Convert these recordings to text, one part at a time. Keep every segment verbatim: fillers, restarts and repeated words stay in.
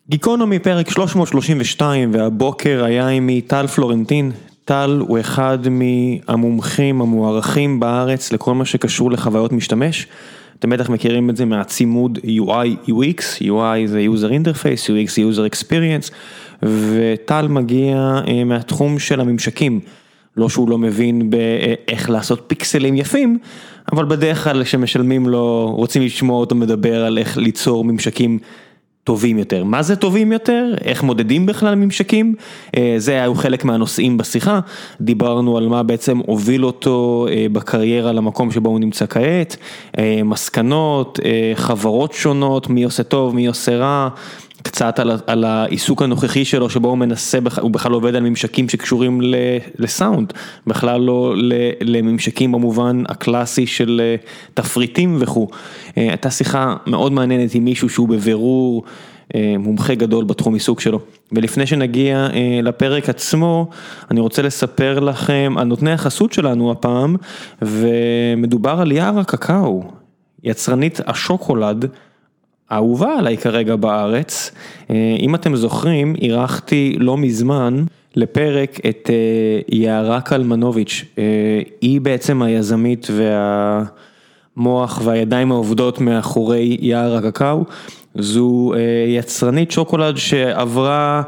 גיקונומי פרק שלוש מאות שלושים ושתיים, והבוקר היה עמי טל פלורנטין. טל הוא אחד מהמומחים המוערכים בארץ לכל מה שקשור לחוויות משתמש. אתם בטח מכירים את זה מהצימוד יו איי יו אקס, יו איי זה User Interface, יו אקס זה User Experience, וטל מגיע מהתחום של הממשקים. לא שהוא לא מבין באיך לעשות פיקסלים יפים, אבל בדרך כלל שמשלמים לו, רוצים לשמוע אותו מדבר על איך ליצור ממשקים טובים יותר. מה זה טובים יותר? איך מודדים בכלל ממשקים? זה היה חלק מהנושאים בשיחה. דיברנו על מה בעצם הוביל אותו בקריירה למקום שבו הוא נמצא כעת, מסקנות, חברות שונות, מי עושה טוב, מי עושה רע, קצת על, על העיסוק הנוכחי שלו, שבו הוא מנסה, הוא בכלל עובד על ממשקים שקשורים לסאונד, בכלל לא לממשקים במובן הקלאסי של תפריטים וכו'. הייתה שיחה מאוד מעניינת עם מישהו שהוא בבירור מומחה גדול בתחום עיסוק שלו. ולפני שנגיע לפרק עצמו, אני רוצה לספר לכם על נותני החסות שלנו הפעם, ומדובר על יער הקקאו, יצרנית השוקולד, האהובה עליי כרגע בארץ. אם אתם זוכרים, אירחתי לא מזמן לפרק את יערה קלמנוביץ'. היא בעצם היזמית והמוח והידיים העובדות מאחורי יער הקקאו. זו יצרנית שוקולד שעברה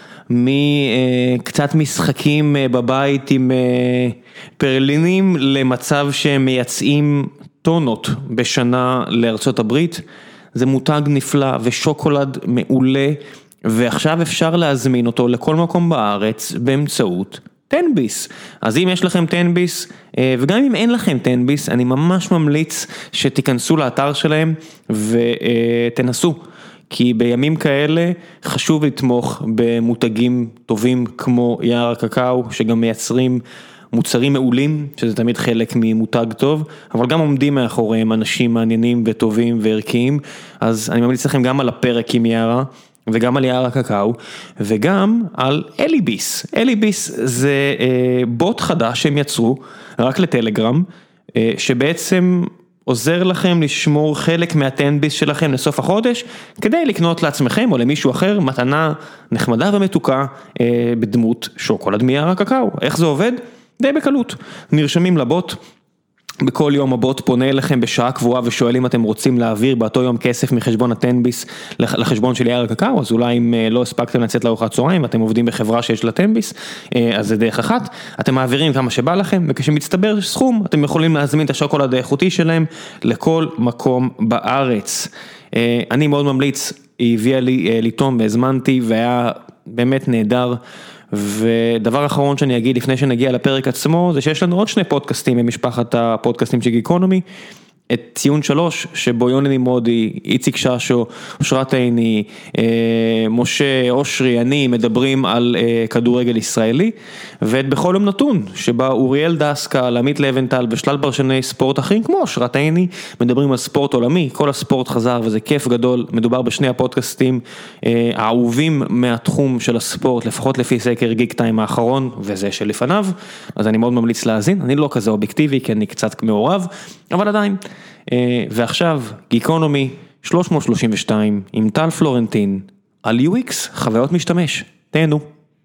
מקצת משחקים בבית עם פרלינים למצב שהם מייצאים טונות בשנה לארצות הברית. זה מותג נפלא ושוקולד מעולה, ועכשיו אפשר להזמין אותו לכל מקום בארץ באמצעות טנביס. אז אם יש לכם טנביס, וגם אם אין לכם טנביס, אני ממש ממליץ שתיכנסו לאתר שלהם ותנסו. כי בימים כאלה חשוב לתמוך במותגים טובים כמו יער הקקאו, שגם מייצרים מוצרים מעולים, שזה תמיד חלק ממותג טוב, אבל גם עומדים מאחוריהם אנשים מעניינים וטובים וערכיים. אז אני ממליץ לכם גם על הפרק עם יערה, וגם על יער הקקאו, וגם על אליביס. אליביס זה אה, בוט חדש שהם יצרו, רק לטלגרם, אה, שבעצם עוזר לכם לשמור חלק מהטנביס שלכם לסוף החודש, כדי לקנות לעצמכם או למישהו אחר מתנה נחמדה ומתוקה אה, בדמות שוקולד מיער הקקאו. איך זה עובד? די בקלות. נרשמים לבוט, בכל יום הבוט פונה אליכם בשעה קבועה ושואל אם אתם רוצים להעביר באותו יום כסף מחשבון הטנביס לחשבון של יער הקקאו, אז אולי אם לא הספקתם לצאת לארוחת צהריים ואתם עובדים בחברה שיש לה טנביס, אז זה דרך אחת, אתם מעבירים כמה שבא לכם, וכשמצטבר סכום, אתם יכולים להזמין את השוקולד האיכותי שלהם לכל מקום בארץ. אני מאוד ממליץ, היא הביאה לי לטעום והזמנתי, והיה באמת נהדר. ודבר אחרון שאני אגיד לפני שנגיע לפרק עצמו, זה שיש לנו עוד שני פודקאסטים במשפחת הפודקאסטים של גיקונומי, את ציון שלוש, שבו יוני נמרודי, איציק ששו, אושרת עיני, משה, אושרי, אני, מדברים על כדורגל ישראלי, ואת בכל יום נתון, שבה אוריאל דסקל, עמית לבנטל, ושלל פרשני ספורט אחרים, כמו אושרת עיני, מדברים על ספורט עולמי, כל הספורט חזר, וזה כיף גדול, מדובר בשני הפודקאסטים האהובים מהתחום של הספורט, לפחות לפי סקר גיק טיים האחרון, וזה שלפניו, אז אני מאוד ממליץ להאזין, אני לא כזה אובייקטיבי, כי אני קצת מעורב, אבל עדיין. ועכשיו, גיקונומי שלוש מאות שלושים ושתיים עם טל פלורנטין על יו אקס, חוויות משתמש. תהנו.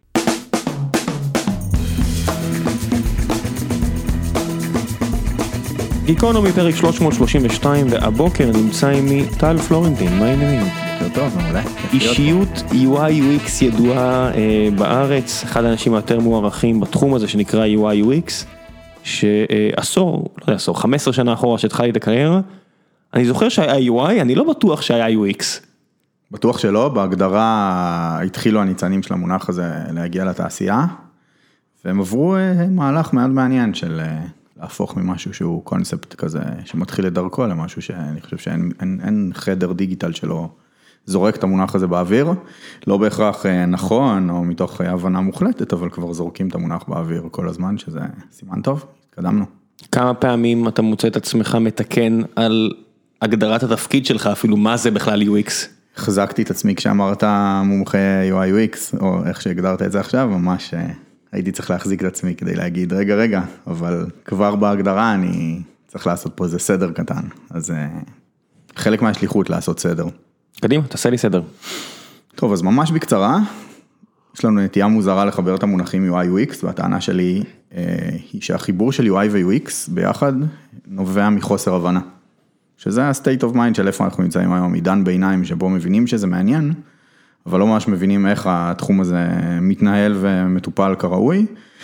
גיקונומי פרק שלוש מאות שלושים ושתיים, והבוקר נמצא עמי טל פלורנטין. מה העניינים? טוב, מעולה. אישיות יו איי יו אקס ידועה בארץ, אחד האנשים היותר מוערכים בתחום הזה שנקרא יו איי יו אקס, שעשור, לא יודע, עשור, חמש עשרה שנה אחורה שהתחלתי את הקריירה, אני זוכר שהיה יו איי, אני לא בטוח שהיה יו אקס. בטוח שלא, בהגדרה התחילו הניצנים של המונח הזה להגיע לתעשייה, והם עברו מהלך מאוד מעניין של להפוך ממשהו שהוא קונספט כזה, שמתחיל את דרכו למשהו שאני חושב שאין אין, אין חדר דיגיטל שלו זורק את המונח הזה באוויר, לא בהכרח נכון או מתוך הבנה מוחלטת, אבל כבר זורקים את המונח באוויר כל הזמן, שזה סימן טוב, התקדמנו. כמה פעמים אתה מוצא את עצמך מתקן על הגדרת התפקיד שלך, אפילו מה זה בכלל יו אקס? חזקתי את עצמי כשאמרת מומחה יו איי יו אקס, או איך שהגדרת את זה עכשיו, ממש הייתי צריך להחזיק את עצמי כדי להגיד, רגע, רגע, אבל כבר בהגדרה אני צריך לעשות פה איזה סדר קטן, אז חלק מהשליחות לעשות סדר. קדימה, תעשה לי סדר. טוב, אז ממש בקצרה, יש לנו נטייה מוזרה לחבר את המונחים יו איי יו אקס, והטענה שלי אה, היא שהחיבור של יו איי ו-יו אקס ביחד נובע מחוסר הבנה. שזה ה-state of mind של איפה אנחנו נמצאים היום, עידן ביניים שבו מבינים שזה מעניין, אבל לא ממש מבינים איך התחום הזה מתנהל ומטופל כראוי.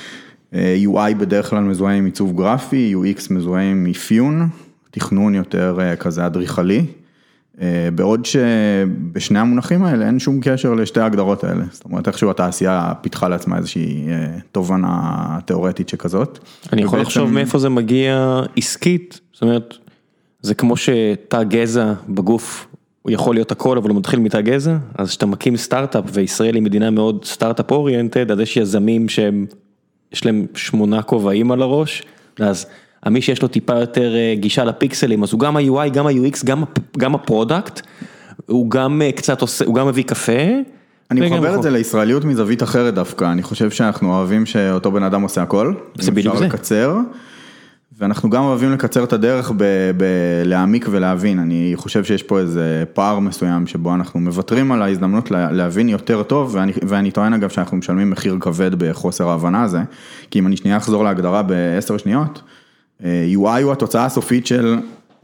יו איי בדרך כלל מזוהה עם עיצוב גרפי, יו אקס מזוהה עם אפיון, תכנון יותר כזה אדריכלי, בעוד שבשני המונחים האלה אין שום קשר לשתי ההגדרות האלה. זאת אומרת, איכשהו התעשייה פיתחה לעצמה איזושהי תובנה תיאורטית שכזאת. אני יכול לחשוב מאיפה זה מגיע עסקית, זאת אומרת, זה כמו שתא גזע בגוף, הוא יכול להיות הכל, אבל הוא מתחיל מתא גזע, אז שאתה מקים סטארט-אפ, וישראל היא מדינה מאוד סטארט-אפ אוריינטד, אז יש יזמים שהם, יש להם שמונה כובעים על הראש, אז מי שיש לו טיפה יותר גישה לפיקסלים, אז הוא גם ה-יו איי, גם ה-יו אקס, גם, גם הפרודקט, הוא גם קצת עושה, הוא גם מביא קפה. אני מחבר את זה לישראליות מזווית אחרת דווקא, אני חושב שאנחנו אוהבים שאותו בן אדם עושה הכל, זה בדיוק זה. לקצר, ואנחנו גם אוהבים לקצר את הדרך בלהעמיק ולהבין, אני חושב שיש פה איזה פער מסוים שבו אנחנו מוותרים על ההזדמנות להבין יותר טוב, ואני, ואני טוען אגב שאנחנו משלמים מחיר כבד בחוסר ההבנה הזה, כי אם אני שנייה אחזור להגדרה בעשר שניות, יו איי הוא התוצאה הסופית של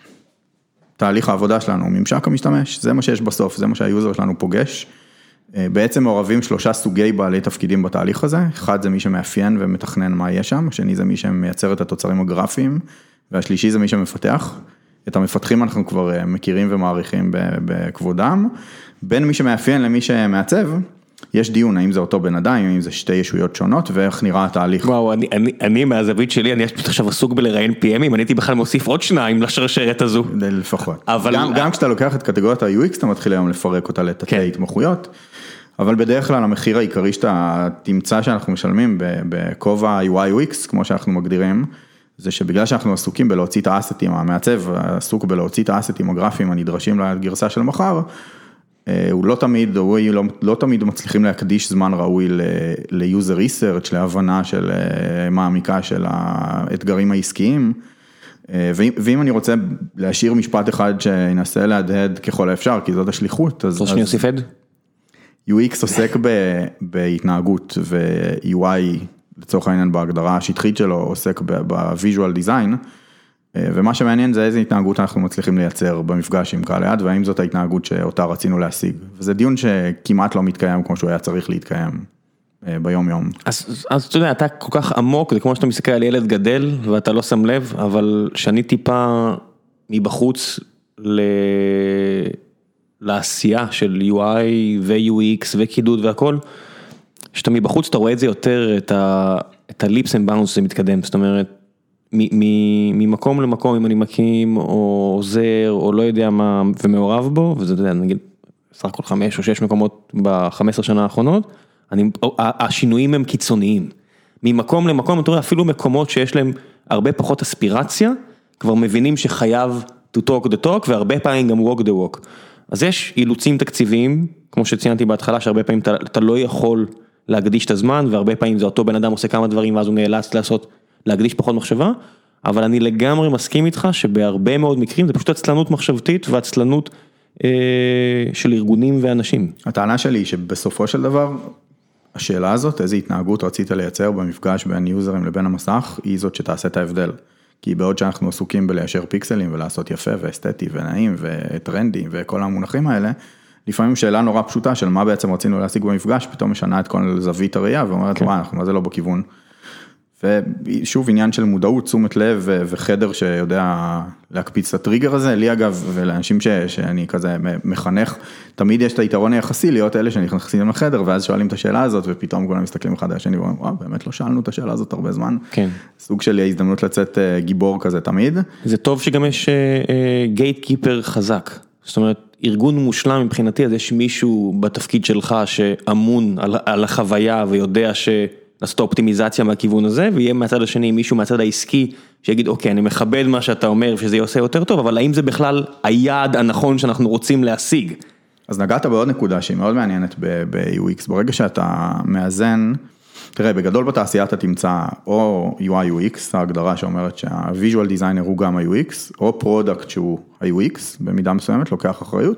תהליך העבודה שלנו, ממשק המשתמש, זה מה שיש בסוף, זה מה שהיוזר שלנו פוגש, בעצם מעורבים שלושה סוגי בעלי תפקידים בתהליך הזה, אחד זה מי שמאפיין ומתכנן מה יהיה שם, השני זה מי שמייצר את התוצרים הגרפיים, והשלישי זה מי שמפתח, את המפתחים אנחנו כבר מכירים ומעריכים בכבודם, בין מי שמאפיין למי שמעצב, יש דיון, האם זה אותו בן אדם, האם זה שתי ישויות שונות, ואיך נראה התהליך. וואו, אני, אני, אני מהזווית שלי, אני עכשיו עסוק בלראיין פי אמים, אני הייתי בכלל מוסיף עוד שניים לשרשרת הזו. לפחות. אבל... גם, גם כשאתה לוקח את קטגוריית ה-יו אקס, אתה מתחיל היום לפרק אותה לתתי התמחויות, אבל בדרך כלל המחיר העיקרי שאתה תמצא שאנחנו משלמים בכובע יו איי יו אקס, כמו שאנחנו מגדירים, זה שבגלל שאנחנו עסוקים בלהוציא את האסטים, המעצב עסוק בלהוציא את האסטים הגרפיים הנדרשים לגרסה של מחר, הוא לא תמיד, הוא לא, לא תמיד מצליחים להקדיש זמן ראוי ל-user research, להבנה של מעמיקה של האתגרים העסקיים, ואם אני רוצה להשאיר משפט אחד שינסה להדהד ככל האפשר, כי זאת השליחות, אז... אז יוסיף עד? יו אקס עוסק בהתנהגות, ו-יו איי, לצורך העניין בהגדרה השטחית שלו, עוסק ב-visual design, ומה שמעניין זה איזה התנהגות אנחנו מצליחים לייצר במפגש עם קהל היעד, והאם זאת ההתנהגות שאותה רצינו להשיג. וזה דיון שכמעט לא מתקיים כמו שהוא היה צריך להתקיים ביום יום. אז, אז אתה יודע, אתה כל כך עמוק, זה כמו שאתה מסתכל על ילד גדל, ואתה לא שם לב, אבל שאני טיפה מבחוץ ל... לעשייה של יו איי ו-יו אקס וקידוד והכל, שאתה מבחוץ אתה רואה את זה יותר, את ה... את ה-lips and bounds זה מתקדם, זאת אומרת, ממקום למקום, אם אני מקים, או עוזר, או לא יודע מה, ומעורב בו, וזה, אתה יודע, נגיד, סך הכל חמש או שש מקומות ב-חמש עשרה שנה האחרונות, אני, השינויים הם קיצוניים. ממקום למקום, אתה רואה, אפילו מקומות שיש להם הרבה פחות אספירציה, כבר מבינים שחייב to talk the talk, והרבה פעמים גם walk the walk. אז יש אילוצים תקציביים, כמו שציינתי בהתחלה, שהרבה פעמים אתה, אתה לא יכול להקדיש את הזמן, והרבה פעמים זה אותו בן אדם עושה כמה דברים, ואז הוא נאלץ לעשות להקדיש פחות מחשבה, אבל אני לגמרי מסכים איתך שבהרבה מאוד מקרים זה פשוט הצלנות מחשבתית והצלנות אה, של ארגונים ואנשים. הטענה שלי היא שבסופו של דבר, השאלה הזאת, איזה התנהגות רצית לייצר במפגש בין יוזרים לבין המסך, היא זאת שתעשה את ההבדל. כי בעוד שאנחנו עסוקים בליישר פיקסלים ולעשות יפה ואסתטי ונעים וטרנדי וכל המונחים האלה, לפעמים שאלה נורא פשוטה של מה בעצם רצינו להשיג במפגש, פתאום משנה את כל זווית הראייה ואומרת, כן. וואי, אנחנו מה זה לא בכיוון. ושוב עניין של מודעות, תשומת לב וחדר שיודע להקפיץ את הטריגר הזה, לי אגב ולאנשים ש, שאני כזה מחנך, תמיד יש את היתרון היחסי להיות אלה שנכנסים לחדר ואז שואלים את השאלה הזאת ופתאום כולם מסתכלים אחד על השני ואומרים, וואו, באמת לא שאלנו את השאלה הזאת הרבה זמן. כן. סוג של ההזדמנות לצאת גיבור כזה תמיד. זה טוב שגם יש גייט קיפר חזק, זאת אומרת, ארגון מושלם מבחינתי, אז יש מישהו בתפקיד שלך שאמון על, על החוויה ויודע ש... לעשות אופטימיזציה מהכיוון הזה, ויהיה מהצד השני מישהו מהצד העסקי, שיגיד, אוקיי, אני מכבד מה שאתה אומר, שזה יעשה יותר טוב, אבל האם זה בכלל היעד הנכון שאנחנו רוצים להשיג? אז נגעת בעוד נקודה שהיא מאוד מעניינת ב-יו אקס, ברגע שאתה מאזן, תראה, בגדול בתעשייה אתה תמצא או יו איי יו אקס, ההגדרה שאומרת שה-visual designer הוא גם ה-יו אקס, או product שהוא ה-יו אקס, במידה מסוימת, לוקח אחריות,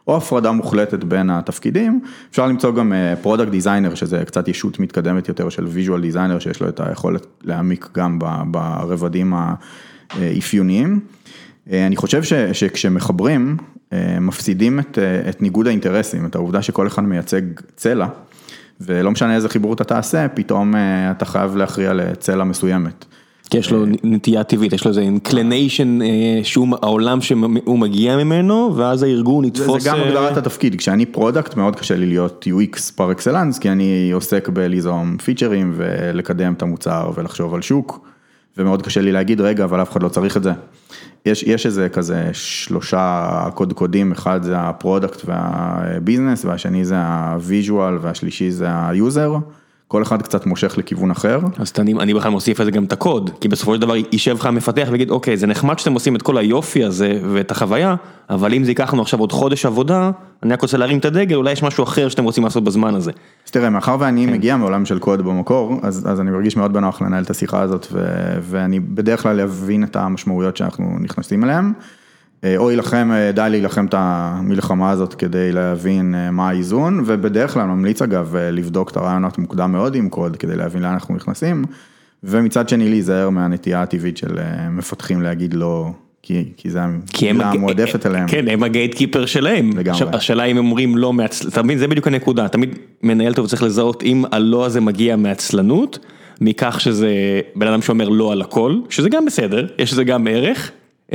או הפרדה מוחלטת בין התפקידים, אפשר למצוא גם פרודקט דיזיינר, שזה קצת ישות מתקדמת יותר של ויז'ואל דיזיינר, שיש לו את היכולת להעמיק גם ברבדים האפיוניים. אני חושב שכשמחברים, מפסידים את, את ניגוד האינטרסים, את העובדה שכל אחד מייצג צלע, ולא משנה איזה חיבור אתה תעשה, פתאום אתה חייב להכריע לצלע מסוימת. כי יש לו נטייה טבעית, יש לו איזה אינקלניישן, שהוא העולם שהוא מגיע ממנו, ואז הארגון יתפוס... זה גם הגדרת התפקיד, כשאני פרודקט, מאוד קשה לי להיות יו אקס פר אקסלנס, כי אני עוסק בליזום פיצ'רים, ולקדם את המוצר, ולחשוב על שוק, ומאוד קשה לי להגיד, רגע, אבל אף אחד לא צריך את זה. יש, יש איזה כזה שלושה קודקודים, אחד זה הפרודקט והביזנס, והשני זה הוויז'ואל, והשלישי זה היוזר, כל אחד קצת מושך לכיוון אחר. אז אני, אני בכלל מוסיף לזה גם את הקוד, כי בסופו של דבר יישב לך המפתח ויגיד, אוקיי, זה נחמד שאתם עושים את כל היופי הזה ואת החוויה, אבל אם זה ייקח לנו עכשיו עוד חודש עבודה, אני רק רוצה להרים את הדגל, אולי יש משהו אחר שאתם רוצים לעשות בזמן הזה. אז תראה, מאחר ואני מגיע מעולם של קוד במקור, אז, אז אני מרגיש מאוד בנוח לנהל את השיחה הזאת, ו, ואני בדרך כלל להבין את המשמעויות שאנחנו נכנסים אליהן, או ילחם, די להילחם את המלחמה הזאת כדי להבין מה האיזון, ובדרך כלל ממליץ אגב לבדוק את הרעיונות מוקדם מאוד עם קוד, כדי להבין לאן אנחנו נכנסים, ומצד שני להיזהר מהנטייה הטבעית של מפתחים להגיד לא, כי, כי זה המילה המועדפת עליהם. כן, הם הגייט קיפר שלהם. לגמרי. השאלה אם הם אומרים לא מעצלנות, תמיד זה בדיוק הנקודה, תמיד מנהל טוב צריך לזהות אם הלא הזה מגיע מעצלנות, מכך שזה בן אדם שאומר לא על הכל, שזה גם בסדר, יש לזה גם ערך,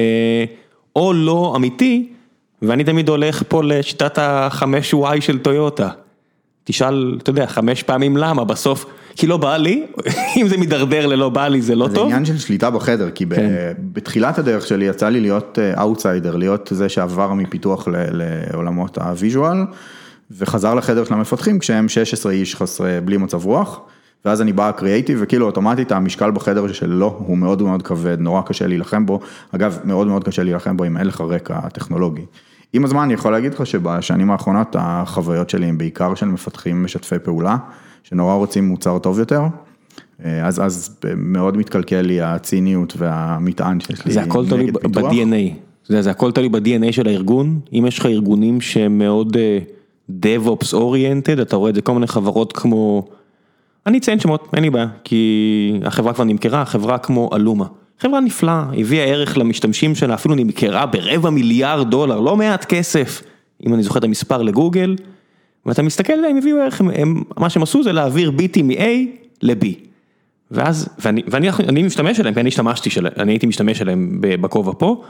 או לא אמיתי, ואני תמיד הולך פה לשיטת החמש וואי של טויוטה. תשאל, אתה יודע, חמש פעמים למה, בסוף, כי לא בא לי, אם זה מדרדר ללא בא לי, זה לא טוב. זה עניין של שליטה בחדר, כי כן. בתחילת הדרך שלי יצא לי להיות אאוטסיידר, להיות זה שעבר מפיתוח לעולמות הוויז'ואל, וחזר לחדר של המפתחים, כשהם שש עשרה איש חסרי בלי מצב רוח, ואז אני בא קריאייטיב, וכאילו אוטומטית המשקל בחדר שלו הוא מאוד מאוד כבד, נורא קשה להילחם בו, אגב מאוד מאוד קשה להילחם בו אם אין לך רקע הטכנולוגי. עם הזמן אני יכול להגיד לך שבשנים האחרונות החוויות שלי הם בעיקר של מפתחים משתפי פעולה, שנורא רוצים מוצר טוב יותר, אז, אז מאוד מתקלקל לי הציניות והמטען שיש לי. זה הכל תלוי ב-די אן איי, זה, זה הכל תלוי ב-די אן איי של הארגון, אם יש לך ארגונים שהם מאוד DevOps oriented, אתה רואה את זה כל מיני חברות כמו... אני אציין שמות, אין לי בעיה, כי החברה כבר נמכרה, חברה כמו אלומה. חברה נפלאה, הביאה ערך למשתמשים שלה, אפילו נמכרה ברבע מיליארד דולר, לא מעט כסף, אם אני זוכר את המספר לגוגל, ואתה מסתכל עליהם, הביאו ערך, הם, הם, מה שהם עשו זה להעביר ביטי מ-A ל-B. ואז, ואני, ואני אני משתמש עליהם, כי אני השתמשתי שלהם, אני הייתי משתמש עליהם בכובע פה,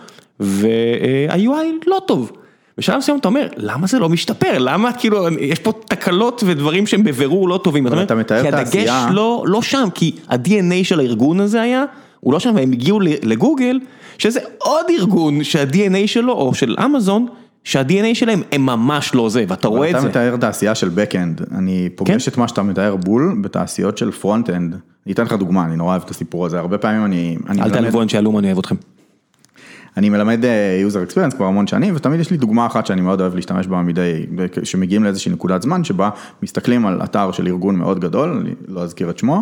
וה-יו איי לא טוב. בשלב מסוים אתה אומר, למה זה לא משתפר? למה כאילו, יש פה תקלות ודברים שהם בבירור לא טובים. אתה מתאר את העשייה. כי הדגש לא, לא שם, כי ה-די אן איי של הארגון הזה היה, הוא לא שם, והם הגיעו לגוגל, שזה עוד ארגון שה-די אן איי שלו, או של אמזון, שה-די אן איי שלהם הם ממש לא זה, ואתה רואה את זה. אתה מתאר תעשייה של back-end, אני פוגש את מה שאתה מתאר בול, בתעשיות של front-end, אני אתן לך דוגמה, אני נורא אוהב את הסיפור הזה, הרבה פעמים אני... אל תעלבון שאלום, אני אוהב אתכם. אני מלמד user experience כבר המון שנים, ותמיד יש לי דוגמה אחת שאני מאוד אוהב להשתמש בה מדי, שמגיעים לאיזושהי נקודת זמן, שבה מסתכלים על אתר של ארגון מאוד גדול, אני לא אזכיר את שמו,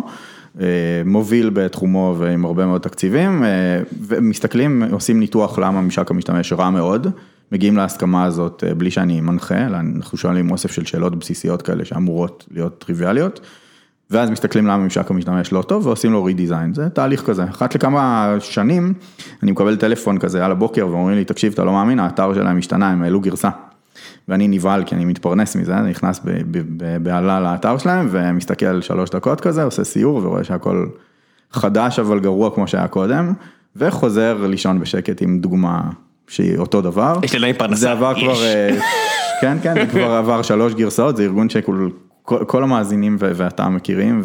מוביל בתחומו ועם הרבה מאוד תקציבים, ומסתכלים, עושים ניתוח למה ממשק המשתמש רע מאוד, מגיעים להסכמה הזאת בלי שאני מנחה, אלא אנחנו שואלים אוסף של שאלות בסיסיות כאלה שאמורות להיות טריוויאליות, ואז מסתכלים למה ממשק המשתמש לא טוב, ועושים לו רידיזיין, זה תהליך כזה. אחת לכמה שנים, אני מקבל טלפון כזה על הבוקר, ואומרים לי, תקשיב, אתה לא מאמין, האתר שלהם השתנה, הם העלו גרסה. ואני נבהל, כי אני מתפרנס מזה, אני נכנס בעלה לאתר שלהם, ומסתכל על שלוש דקות כזה, עושה סיור, ורואה שהכל חדש, אבל גרוע כמו שהיה קודם, וחוזר לישון בשקט עם דוגמה שהיא אותו דבר. יש לי פרנסה. זה עבר כבר, כן, כן, זה כבר עבר שלוש גרסאות, זה ארגון שכול, כל המאזינים ואתה מכירים,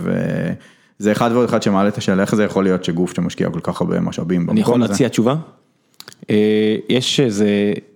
וזה אחד ועוד אחד שמעלה את השאלה, איך זה יכול להיות שגוף שמשקיע כל כך הרבה משאבים במקום הזה? אני יכול להציע תשובה? יש איזה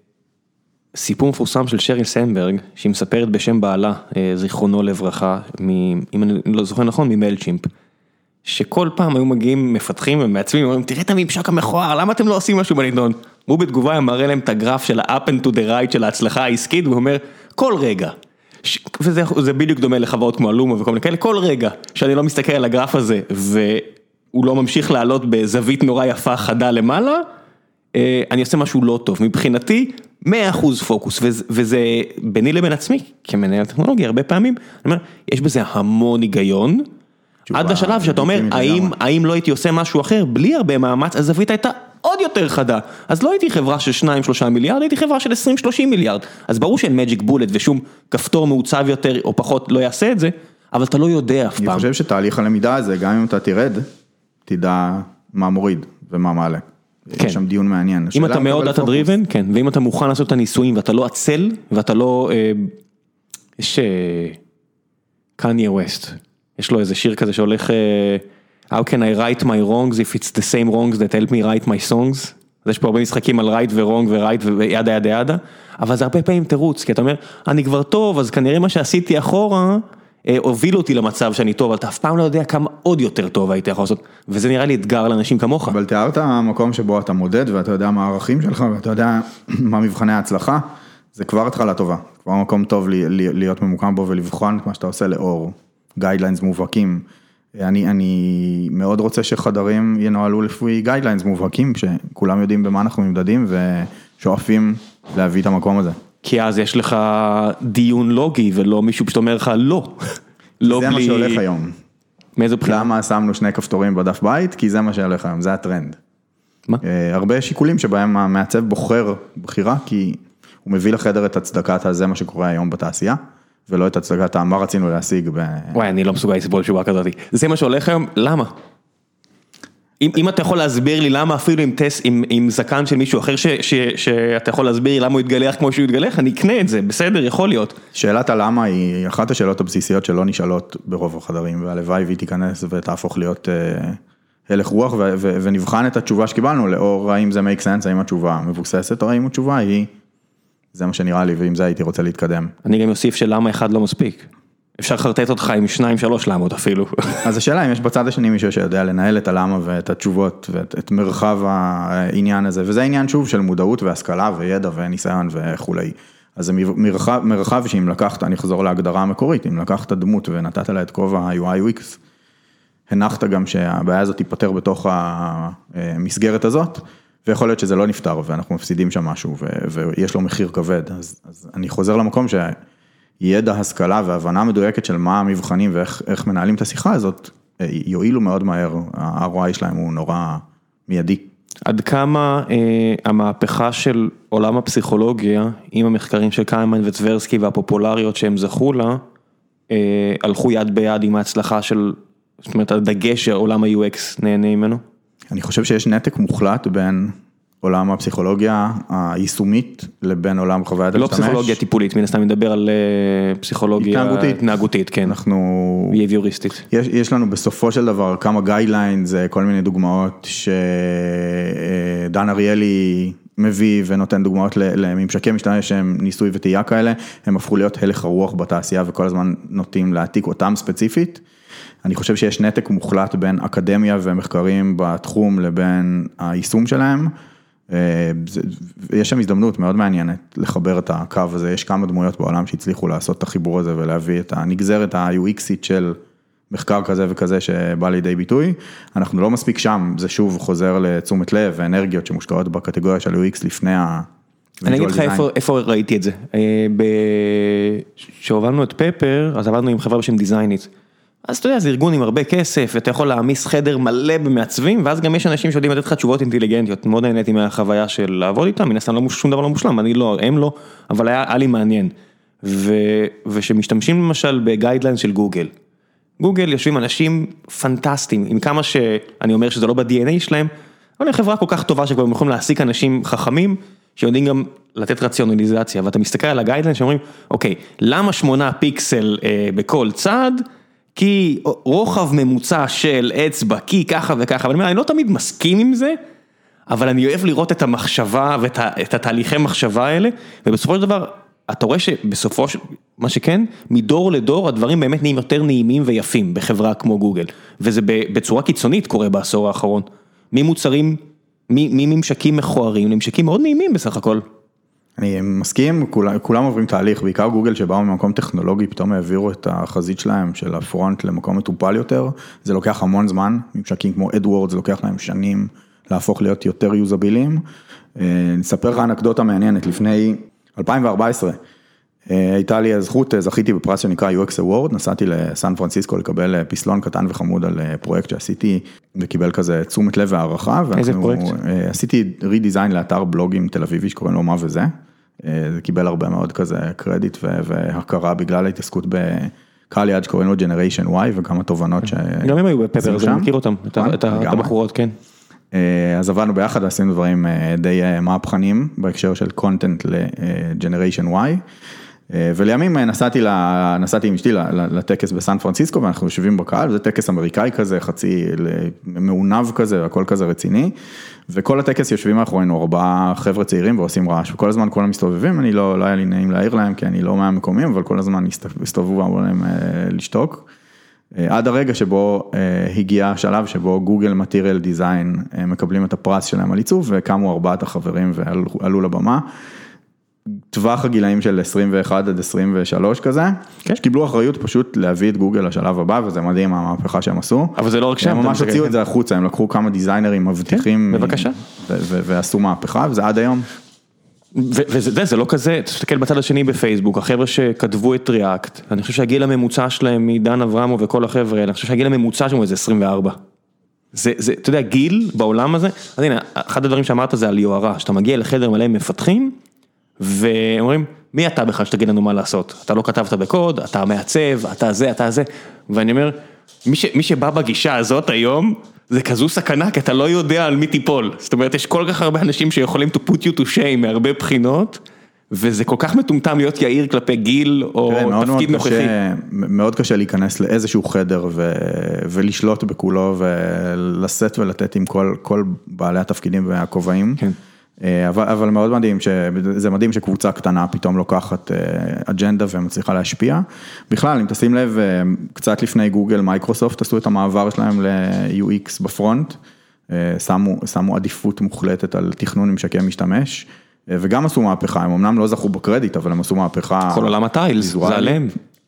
סיפור מפורסם של שריל סנדברג, שהיא מספרת בשם בעלה, זיכרונו לברכה, אם אני לא זוכר נכון, ממלצ'ימפ, שכל פעם היו מגיעים מפתחים ומעצבים, אומרים, תראה את הממשק המכוער, למה אתם לא עושים משהו בנידון? הוא בתגובה מראה להם את הגרף של ה-up and to the right של ההצלחה העסקית, והוא אומר, כל רגע, וזה זה בדיוק דומה לחברות כמו אלומה וכל מיני כאלה, כל רגע שאני לא מסתכל על הגרף הזה, והוא לא ממשיך לעלות בזווית נורא יפה חדה למעלה, אני עושה משהו לא טוב. מבחינתי, מאה אחוז פוקוס, וזה ביני לבין עצמי, כמנהל טכנולוגיה, הרבה פעמים, אני אומר, יש בזה המון היגיון, עד לשלב שאתה אומר, האם, האם לא הייתי עושה משהו אחר, בלי הרבה מאמץ, אז הזווית הייתה עוד יותר חדה, אז לא הייתי חברה של שניים שלושה מיליארד, הייתי חברה של עשרים שלושים מיליארד, אז ברור שאין מג'יק בולט ושום כפתור מעוצב יותר או פחות לא יעשה את זה, אבל אתה לא יודע אף פעם. אני חושב שתהליך הלמידה הזה, גם אם אתה תרד, תדע מה מוריד ומה מעלה. כן. יש שם דיון מעניין. אם אתה מאוד דאטה דריבן, כן, ואם אתה מוכן לעשות את הניסויים, ואתה לא עצל, ואתה לא, אה, יש קניה ווסט, יש לו איזה שיר כזה שהולך, אה, How can I write my wrongs if it's the same wrongs that help me write my songs? אז יש פה הרבה משחקים על right ו-wrong ו-right וידה ידה ידה, אבל זה הרבה פעמים תירוץ, כי אתה אומר, אני כבר טוב, אז כנראה מה שעשיתי אחורה, הוביל אותי למצב שאני טוב, אבל אתה אף פעם לא יודע כמה עוד יותר טוב הייתי יכול לעשות, וזה נראה לי אתגר לאנשים כמוך. אבל תיארת המקום שבו אתה מודד, ואתה יודע מה הערכים שלך, ואתה יודע מה מבחני ההצלחה, זה כבר התחלה טובה, כבר מקום טוב להיות ממוקם בו ולבחון את מה שאתה עושה לאור, גיידליינס מובהקים. אני, אני מאוד רוצה שחדרים ינוהלו לפי גיידליינס מובהקים, שכולם יודעים במה אנחנו נמדדים, ושואפים להביא את המקום הזה. כי אז יש לך דיון לוגי, ולא מישהו פשוט אומר לך לא. לא זה בלי... מה שהולך היום. מאיזה בחינה? למה שמנו שני כפתורים בדף בית? כי זה מה שהולך היום, זה הטרנד. מה? הרבה שיקולים שבהם המעצב בוחר בחירה, כי הוא מביא לחדר את הצדקת הזה מה שקורה היום בתעשייה, ולא את הצדקת מה רצינו להשיג. ב... וואי, אני לא מסוגל לסבול תשובה כזאת. זה מה שהולך היום, למה? אם, אם אתה יכול להסביר לי למה אפילו עם טס, עם, עם זקן של מישהו אחר, ש, ש, שאתה יכול להסביר לי למה הוא יתגלח כמו שהוא יתגלח, אני אקנה את זה, בסדר, יכול להיות. שאלת הלמה היא אחת השאלות הבסיסיות שלא נשאלות ברוב החדרים, והלוואי והיא תיכנס ותהפוך להיות אה, הלך רוח, ו, ו, ונבחן את התשובה שקיבלנו, לאור האם זה make sense, האם התשובה מבוססת, או האם התשובה היא, זה מה שנראה לי, ועם זה הייתי רוצה להתקדם. אני גם אוסיף שלמה אחד לא מספיק. אפשר לחרטט אותך עם שניים, שלוש למות אפילו. אז השאלה אם יש בצד השני מישהו שיודע לנהל את הלמה ואת התשובות ואת את מרחב העניין הזה, וזה העניין שוב של מודעות והשכלה וידע וניסיון וכולי. אז זה מרחב, מרחב שאם לקחת, אני אחזור להגדרה המקורית, אם לקחת דמות ונתת לה את כובע ה-יו איי יו אקס, הנחת גם שהבעיה הזאת תיפטר בתוך המסגרת הזאת, ויכול להיות שזה לא נפטר ואנחנו מפסידים שם משהו ויש לו מחיר כבד. אז, אז אני חוזר למקום ש... ידע, השכלה והבנה מדויקת של מה המבחנים ואיך איך מנהלים את השיחה הזאת, יועילו מאוד מהר, ה-אר או איי שלהם הוא נורא מיידי. עד כמה אה, המהפכה של עולם הפסיכולוגיה, עם המחקרים של קיימן וטברסקי והפופולריות שהם זכו לה, אה, הלכו יד ביד עם ההצלחה של, זאת אומרת, הדגש שעולם ה-יו אקס נהנה ממנו? אני חושב שיש נתק מוחלט בין... עולם הפסיכולוגיה היישומית לבין עולם חוויית לא פסיכולוגיה טיפולית, מן הסתם מדבר על פסיכולוגיה התנהגותית, כן. אנחנו... behavioristic. יש, יש לנו בסופו של דבר כמה guidelines, כל מיני דוגמאות שדן אריאלי מביא ונותן דוגמאות לממשקי משתמש שהם ניסוי וטעייה כאלה, הם הפכו להיות הלך הרוח בתעשייה וכל הזמן נוטים להעתיק אותם ספציפית. אני חושב שיש נתק מוחלט בין אקדמיה ומחקרים בתחום לבין היישום שלהם. יש שם הזדמנות מאוד מעניינת לחבר את הקו הזה, יש כמה דמויות בעולם שהצליחו לעשות את החיבור הזה ולהביא את הנגזרת ה-יו אקסית של מחקר כזה וכזה שבא לידי ביטוי, אנחנו לא מספיק שם, זה שוב חוזר לתשומת לב ואנרגיות שמושקעות בקטגוריה של יו אקס לפני ה... אני אגיד לך איפה, איפה ראיתי את זה, כשהובלנו את פפר, אז עבדנו עם חברה בשם דיזיינית, אז אתה יודע, זה ארגון עם הרבה כסף, ואתה יכול להעמיס חדר מלא במעצבים, ואז גם יש אנשים שיודעים לתת לך תשובות אינטליגנטיות, מאוד נהניתי מהחוויה של לעבוד איתם, מן הסתם לא שום דבר לא מושלם, אני לא, הם לא, אבל היה, היה לי מעניין, ו, ושמשתמשים למשל בגיידליינס של גוגל, גוגל יושבים אנשים פנטסטיים, עם כמה שאני אומר שזה לא ב-די אן איי שלהם, אבל הם חברה כל כך טובה שכבר הם יכולים להעסיק אנשים חכמים, שיודעים גם לתת רציונליזציה, ואתה מסתכל על הגיידליינס שאומרים, אוקיי, למה שמונה פיקסל אה, בכל צד, כי רוחב ממוצע של אצבע, כי ככה וככה, ואני אומר, אני לא תמיד מסכים עם זה, אבל אני אוהב לראות את המחשבה ואת התהליכי מחשבה האלה, ובסופו של דבר, אתה רואה שבסופו של, מה שכן, מדור לדור הדברים באמת נהיים יותר נעימים ויפים בחברה כמו גוגל, וזה בצורה קיצונית קורה בעשור האחרון, ממוצרים, מממשקים מכוערים, לממשקים מאוד נעימים בסך הכל. אני מסכים, כולם, כולם עוברים תהליך, בעיקר גוגל שבאו ממקום טכנולוגי, פתאום העבירו את החזית שלהם של הפרונט למקום מטופל יותר, זה לוקח המון זמן, ממשקים כמו אדוורדס, זה לוקח להם שנים להפוך להיות יותר יוזביליים. נספר לך אנקדוטה מעניינת, לפני אלפיים וארבע עשרה, הייתה לי הזכות, זכיתי בפרס שנקרא יו אקס Award, נסעתי לסן פרנסיסקו לקבל פסלון קטן וחמוד על פרויקט שעשיתי, וקיבל כזה תשומת לב והערכה. איזה פרויקט? עשיתי רידיזיין לאתר בלוגים תל אביבי שקוראים לו מה וזה, זה קיבל הרבה מאוד כזה קרדיט והכרה בגלל ההתעסקות בקהל יעד שקוראים לו Generation Y, וגם התובנות ש... גם הם היו בפפר, אז אני מכיר אותם, את הבחורות, כן. אז עבדנו ביחד, עשינו דברים די מהפכנים בהקשר של קונטנט ל-Generation Y, ולימים נסעתי, נסעתי עם אשתי לטקס בסן פרנסיסקו, ואנחנו יושבים בקהל, וזה טקס אמריקאי כזה, חצי מעונב כזה, הכל כזה רציני, וכל הטקס יושבים מאחורינו, ארבעה חבר'ה צעירים ועושים רעש, וכל הזמן כולם מסתובבים, אני לא, לא היה לי נעים להעיר להם, כי אני לא מהמקומים, אבל כל הזמן הסתובבו ואמרו להם לשתוק, עד הרגע שבו הגיע השלב שבו גוגל מטריאל דיזיין מקבלים את הפרס שלהם על עיצוב, וקמו ארבעת החברים ועלו לבמה, טווח הגילאים של עשרים ואחת עד עשרים ושלוש כזה, שקיבלו אחריות פשוט להביא את גוגל לשלב הבא, וזה מדהים המהפכה שהם עשו. אבל זה לא רק שהם. הם ממש הוציאו את זה החוצה, הם לקחו כמה דיזיינרים מבטיחים. בבקשה. ועשו מהפכה, וזה עד היום. וזה, זה לא כזה, תסתכל בצד השני בפייסבוק, החבר'ה שכתבו את ריאקט, אני חושב שהגיל הממוצע שלהם מדן אברמו וכל החבר'ה, אני חושב שהגיל הממוצע שלהם זה עשרים וארבע. זה, זה, אתה יודע, גיל בעולם הזה, אז הנה, אחד הדברים שאמרת זה על יוהרה, שאתה מגיע לחדר מלא מפתחים, ואומרים, מי אתה בכלל שתגיד לנו מה לעשות? אתה לא כתבת בקוד, אתה מעצב, אתה זה, אתה זה, ואני אומר, מי, ש, מי שבא בגישה הזאת היום, זה כזו סכנה, כי אתה לא יודע על מי תיפול. זאת אומרת, יש כל כך הרבה אנשים שיכולים to put you to shame מהרבה בחינות, וזה כל כך מטומטם להיות יאיר כלפי גיל או תראה, מאוד תפקיד מאוד נוכחי. קשה, מאוד קשה להיכנס לאיזשהו חדר ו, ולשלוט בכולו, ולשאת ולתת עם כל, כל בעלי התפקידים והכובעים. כן. אבל, אבל מאוד מדהים, זה מדהים שקבוצה קטנה פתאום לוקחת אג'נדה ומצליחה להשפיע. בכלל, אם תשים לב, קצת לפני גוגל, מייקרוסופט עשו את המעבר שלהם ל-יו אקס בפרונט, שמו, שמו עדיפות מוחלטת על תכנון ממשקי משתמש, וגם עשו מהפכה, הם אמנם לא זכו בקרדיט, אבל הם עשו מהפכה. כל עולם הטיילס, זה עליהם.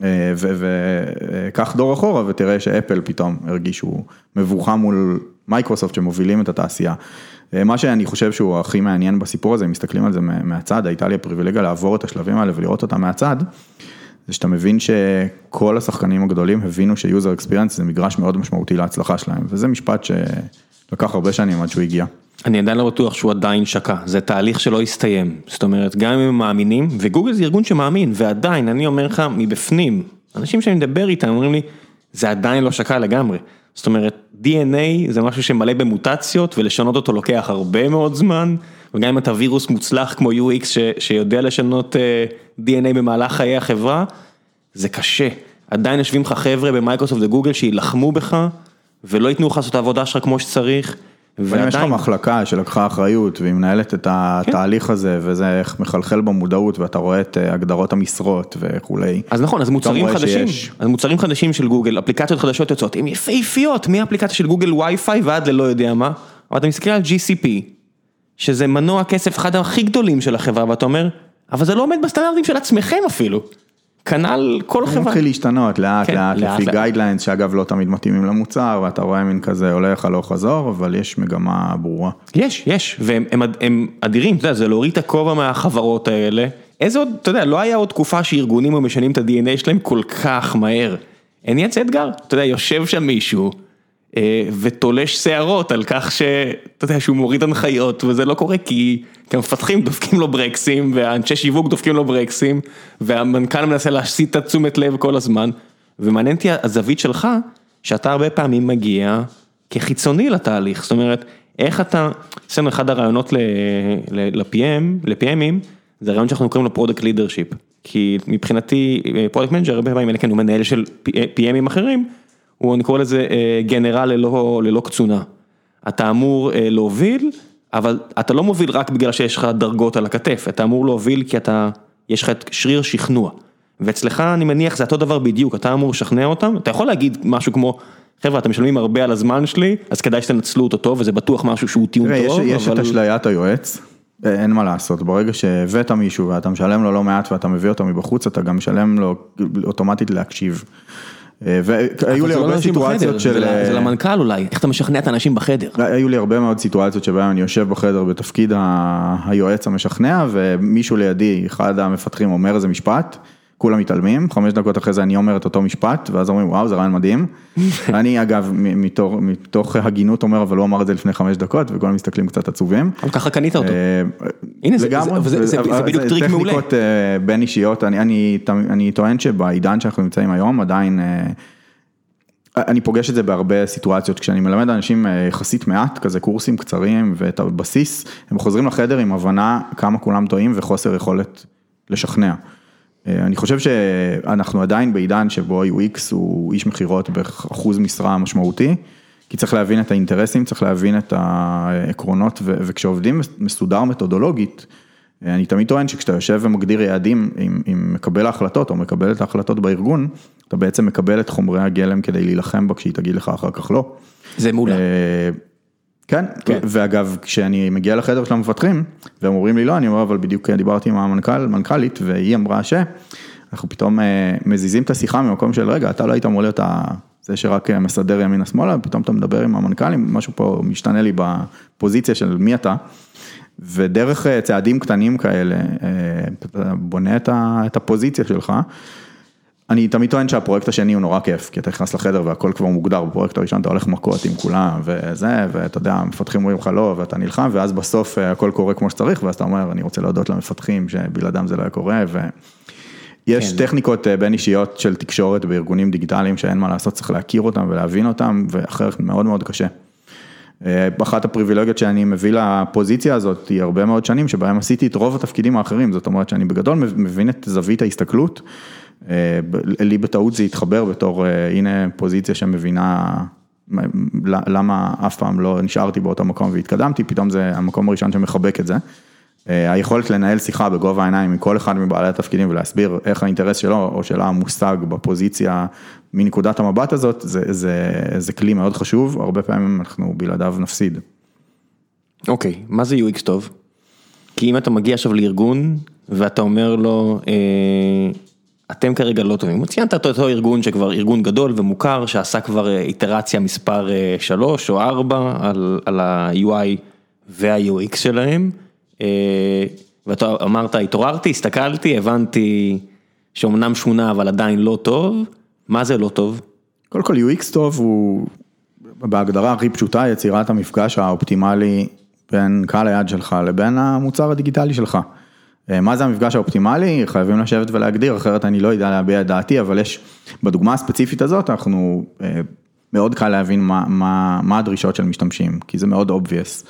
וכך דור אחורה, ותראה שאפל פתאום הרגישו מבוכה מול מייקרוסופט שמובילים את התעשייה. מה שאני חושב שהוא הכי מעניין בסיפור הזה, אם מסתכלים על זה מהצד, הייתה לי הפריבילגיה לעבור את השלבים האלה ולראות אותם מהצד, זה שאתה מבין שכל השחקנים הגדולים הבינו ש-user experience זה מגרש מאוד משמעותי להצלחה שלהם, וזה משפט שלקח הרבה שנים עד שהוא הגיע. אני עדיין לא בטוח שהוא עדיין שקע, זה תהליך שלא יסתיים, זאת אומרת, גם אם הם מאמינים, וגוגל זה ארגון שמאמין, ועדיין, אני אומר לך, מבפנים, אנשים שאני מדבר איתם, אומרים לי, זה עדיין לא שקע לגמרי, זאת אומרת, די אן איי זה משהו שמלא במוטציות, ולשנות אותו לוקח הרבה מאוד זמן, וגם אם אתה וירוס מוצלח כמו יו אקס, ש, שיודע לשנות די אן איי במהלך חיי החברה, זה קשה. עדיין יושבים לך חבר'ה במייקרוסופט וגוגל, שילחמו בך, ולא ייתנו לך לעשות את העבודה שלך כמו שצריך, ועדיין... יש לך מחלקה שלקחה אחריות, והיא מנהלת את התהליך הזה, וזה מחלחל במודעות, ואתה רואה את הגדרות המשרות וכולי. אז נכון, אז מוצרים חדשים, אז מוצרים חדשים של גוגל, אפליקציות חדשות יוצאות, הן יפהפיות, מהאפליקציה של גוגל וי-פיי ועד ללא יודע מה, אבל אתה מסתכל על ג'י סי פי, שזה מנוע כסף אחד הכי גדולים של החברה, ואתה אומר, אבל זה לא עומד בסטנדרטים של עצמכם אפילו. כנ"ל כל חברה. הוא מתחיל להשתנות לאט לאט, לפי גיידליינס שאגב לא תמיד מתאימים למוצר, ואתה רואה מין כזה הולך הלוך חזור, אבל יש מגמה ברורה. יש, יש, והם אדירים, אתה יודע, זה להוריד את הכובע מהחברות האלה. איזה עוד, אתה יודע, לא היה עוד תקופה שארגונים משנים את ה-די אן איי שלהם כל כך מהר. אין יצא אתגר, אתה יודע, יושב שם מישהו, ותולש שערות על כך שאתה יודע, שהוא מוריד הנחיות, וזה לא קורה כי כמפתחים דופקים לו ברקסים, והאנשי שיווק דופקים לו ברקסים, והמנכ"ל מנסה להסיט את תשומת לב כל הזמן, ומעניין אותי הזווית שלך, שאתה הרבה פעמים מגיע כחיצוני לתהליך, זאת אומרת, איך אתה, עשינו אחד הרעיונות ל-פי אם, ל-פי אמים, זה הרעיון שאנחנו קוראים לו פרודקט לידרשיפ, כי מבחינתי פרודקט מנג'ר, הרבה פעמים, כן, הוא מנהל של פי אמים אחרים, הוא, אני קורא לזה, גנרל ללא, ללא קצונה. אתה אמור להוביל, אבל אתה לא מוביל רק בגלל שיש לך דרגות על הכתף, אתה אמור להוביל כי אתה, יש לך את שריר שכנוע. ואצלך, אני מניח, זה אותו דבר בדיוק, אתה אמור לשכנע אותם, אתה יכול להגיד משהו כמו, חבר'ה, אתם משלמים הרבה על הזמן שלי, אז כדאי שתנצלו אותו טוב, וזה בטוח משהו שהוא טיעון טוב. יש, יש אבל... את אשליית היועץ, אין מה לעשות, ברגע שהבאת מישהו, ואתה משלם לו לא מעט, ואתה מביא אותו מבחוץ, אתה גם משלם לו אוטומטית להקשיב. והיו לי הרבה סיטואציות של... זה למנכ"ל אולי, איך אתה משכנע את האנשים בחדר? היו לי הרבה מאוד סיטואציות שבהם אני יושב בחדר בתפקיד היועץ המשכנע, ומישהו לידי, אחד המפתחים אומר איזה משפט, כולם מתעלמים, חמש דקות אחרי זה אני אומר את אותו משפט, ואז אומרים, וואו, זה רעיון מדהים. אני אגב, מתוך, מתוך הגינות אומר, אבל לא אמר את זה לפני חמש דקות, וכולם מסתכלים קצת עצובים. אבל ככה קנית אותו. הנה, זה בדיוק טריק מעולה. טכניקות בין אישיות, אני טוען שבעידן שאנחנו נמצאים היום, עדיין, אני פוגש את זה בהרבה סיטואציות, כשאני מלמד אנשים יחסית מעט, כזה קורסים קצרים, ואת הבסיס, הם חוזרים לחדר עם הבנה כמה כולם טועים, וחוסר יכולת לשכנע. אני חושב שאנחנו עדיין בעידן שבו יו אקס הוא איש מחירות באחוז משרה משמעותי, כי צריך להבין את האינטרסים, צריך להבין את העקרונות, וכשעובדים מסודר מתודולוגית, אני תמיד טוען שכשאתה יושב ומגדיר יעדים עם מקבל ההחלטות, או מקבל את ההחלטות בארגון, אתה בעצם מקבל את חומרי הגלם כדי להילחם בה, כשהיא תגיד לך אחר כך לא. זה מעולה. כן, ואגב, כשאני מגיע לחדר של המפתחים, והם אומרים לי לא, אני אומר, אבל בדיוק דיברתי עם המנכ"ל, מנכ"לית, והיא אמרה שאנחנו פתאום מזיזים את השיחה ממקום של רגע, אתה לא היית אמור להיות זה שרק מסדר ימינה שמאלה, פתאום אתה מדבר עם המנכ"לים, משהו פה משתנה לי בפוזיציה של מי אתה, ודרך צעדים קטנים כאלה, אתה בונה את הפוזיציה שלך, אני תמיד טוען שהפרויקט השני הוא נורא כיף, כי אתה נכנס לחדר והכל כבר מוגדר, בפרויקט הראשון אתה הולך מכות עם כולם וזה, ואתה יודע, המפתחים אומרים לך לא, ואתה נלחם, ואז בסוף הכל קורה כמו שצריך, ואז אתה אומר, אני רוצה להודות למפתחים, שבלעדם זה לא היה קורה, ויש כן. טכניקות בין אישיות של תקשורת בארגונים דיגיטליים, שאין מה לעשות, צריך להכיר אותם ולהבין אותם, ואחרת מאוד מאוד קשה. אחת הפריבילגיות שאני מביא לפוזיציה הזאת, היא הרבה מאוד שנים, שבהם עשיתי את רוב התפקידים האחרים, זאת אומרת שאני בגדול מבין את זווית ההסתכלות, לי בטעות זה התחבר בתור, הנה פוזיציה שמבינה למה אף פעם לא נשארתי באותו מקום והתקדמתי, פתאום זה המקום הראשון שמחבק את זה. היכולת לנהל שיחה בגובה העיניים מכל אחד מבעלי התפקידים ולהסביר איך האינטרס שלו או שלה מושג בפוזיציה מנקודת המבט הזאת, זה, זה, זה כלי מאוד חשוב, הרבה פעמים אנחנו בלעדיו נפסיד. אוקיי, מה זה יו אקס טוב? כי אם אתה מגיע עכשיו לארגון ואתה אומר לו, אתם כרגע לא טובים, ציינת את אותו ארגון שכבר ארגון גדול ומוכר, שעשה כבר איטרציה מספר שלוש או ארבע על, על ה-יו איי וה-יו אקס שלהם, ואתה אמרת, התעוררתי, הסתכלתי, הבנתי שאומנם שונה, אבל עדיין לא טוב. מה זה לא טוב? קודם כל, יו אקס טוב הוא, בהגדרה הכי פשוטה, יצירת המפגש האופטימלי בין קהל היעד שלך לבין המוצר הדיגיטלי שלך. מה זה המפגש האופטימלי? חייבים לשבת ולהגדיר, אחרת אני לא יודע להביע את דעתי, אבל יש, בדוגמה הספציפית הזאת, אנחנו מאוד קל להבין מה, מה, מה הדרישות של משתמשים, כי זה מאוד obvious.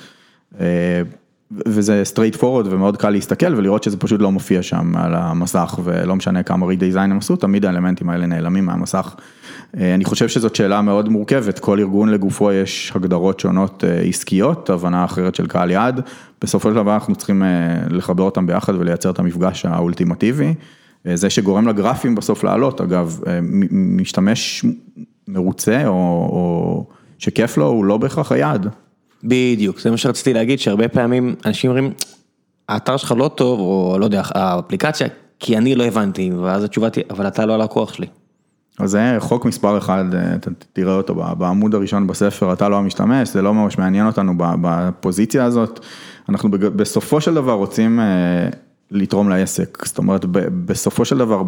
וזה straight forward ומאוד קל להסתכל ולראות שזה פשוט לא מופיע שם על המסך, ולא משנה כמה רידיזיין הם עשו, תמיד האלמנטים האלה נעלמים מהמסך. אני חושב שזאת שאלה מאוד מורכבת, כל ארגון לגופו יש הגדרות שונות עסקיות, הבנה אחרת של קהל יעד, בסופו של דבר אנחנו צריכים לחבר אותם ביחד ולייצר את המפגש האולטימטיבי, זה שגורם לגרפים בסוף לעלות, אגב, משתמש מרוצה או, או שכיף לו, הוא לא בהכרח היעד. בדיוק, זה מה שרציתי להגיד, שהרבה פעמים אנשים אומרים, האתר שלך לא טוב, או לא יודע, האפליקציה, כי אני לא הבנתי, ואז התשובה תהיה, אבל אתה לא הלקוח שלי. אז זה חוק מספר אחד, אתה תראה אותו בעמוד הראשון בספר, אתה לא המשתמש, זה לא ממש מעניין אותנו בפוזיציה הזאת, אנחנו בסופו של דבר רוצים לתרום לעסק, זאת אומרת, בסופו של דבר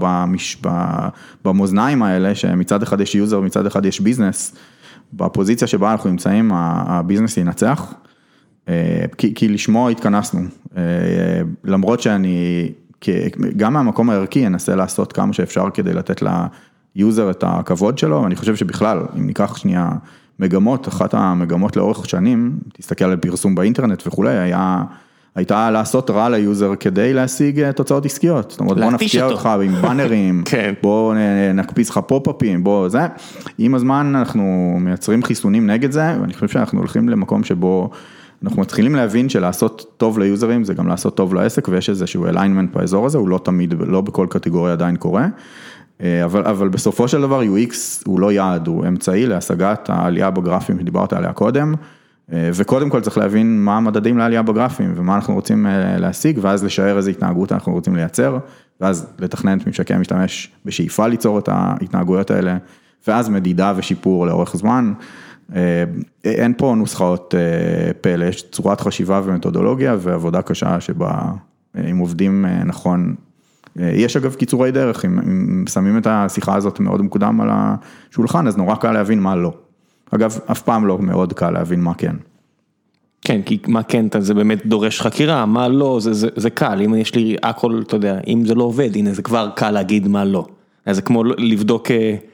במאזניים האלה, שמצד אחד יש יוזר, מצד אחד יש ביזנס, בפוזיציה שבה אנחנו נמצאים, הביזנס ינצח, כי, כי לשמוע התכנסנו, למרות שאני, גם מהמקום הערכי, אנסה לעשות כמה שאפשר כדי לתת ליוזר את הכבוד שלו, ואני חושב שבכלל, אם ניקח שנייה מגמות, אחת המגמות לאורך שנים, תסתכל על פרסום באינטרנט וכולי, היה, הייתה לעשות רע ליוזר כדי להשיג תוצאות עסקיות, זאת אומרת, בוא נפתיע אותך עם בנרים, בוא נקפיץ לך פופ-אפים, בוא זה, עם הזמן אנחנו מייצרים חיסונים נגד זה, ואני חושב שאנחנו הולכים למקום שבו אנחנו מתחילים להבין שלעשות טוב ליוזרים, זה גם לעשות טוב לעסק, ויש איזשהו alignment באזור הזה, הוא לא תמיד, לא בכל קטגוריה עדיין קורה, אבל, אבל בסופו של דבר יו אקס הוא לא יעד, הוא אמצעי להשגת העלייה בגרפים שדיברת עליה קודם, וקודם כל צריך להבין מה המדדים לעלייה בגרפים, ומה אנחנו רוצים להשיג, ואז לשער איזה התנהגות אנחנו רוצים לייצר, ואז לתכנן את ממשקי המשתמש בשאיפה ליצור את ההתנהגויות האלה, ואז מדידה ושיפור לאורך זמן. אין פה נוסחאות פלא, יש צורת חשיבה ומתודולוגיה ועבודה קשה שבה אם עובדים נכון, יש אגב קיצורי דרך, אם, אם שמים את השיחה הזאת מאוד מוקדם על השולחן, אז נורא קל להבין מה לא. אגב, אף פעם לא מאוד קל להבין מה כן. כן, כי מה כן, זה באמת דורש חקירה, מה לא, זה, זה, זה קל, אם יש לי הכל, אתה יודע, אם זה לא עובד, הנה זה כבר קל להגיד מה לא. אז זה כמו לבדוק,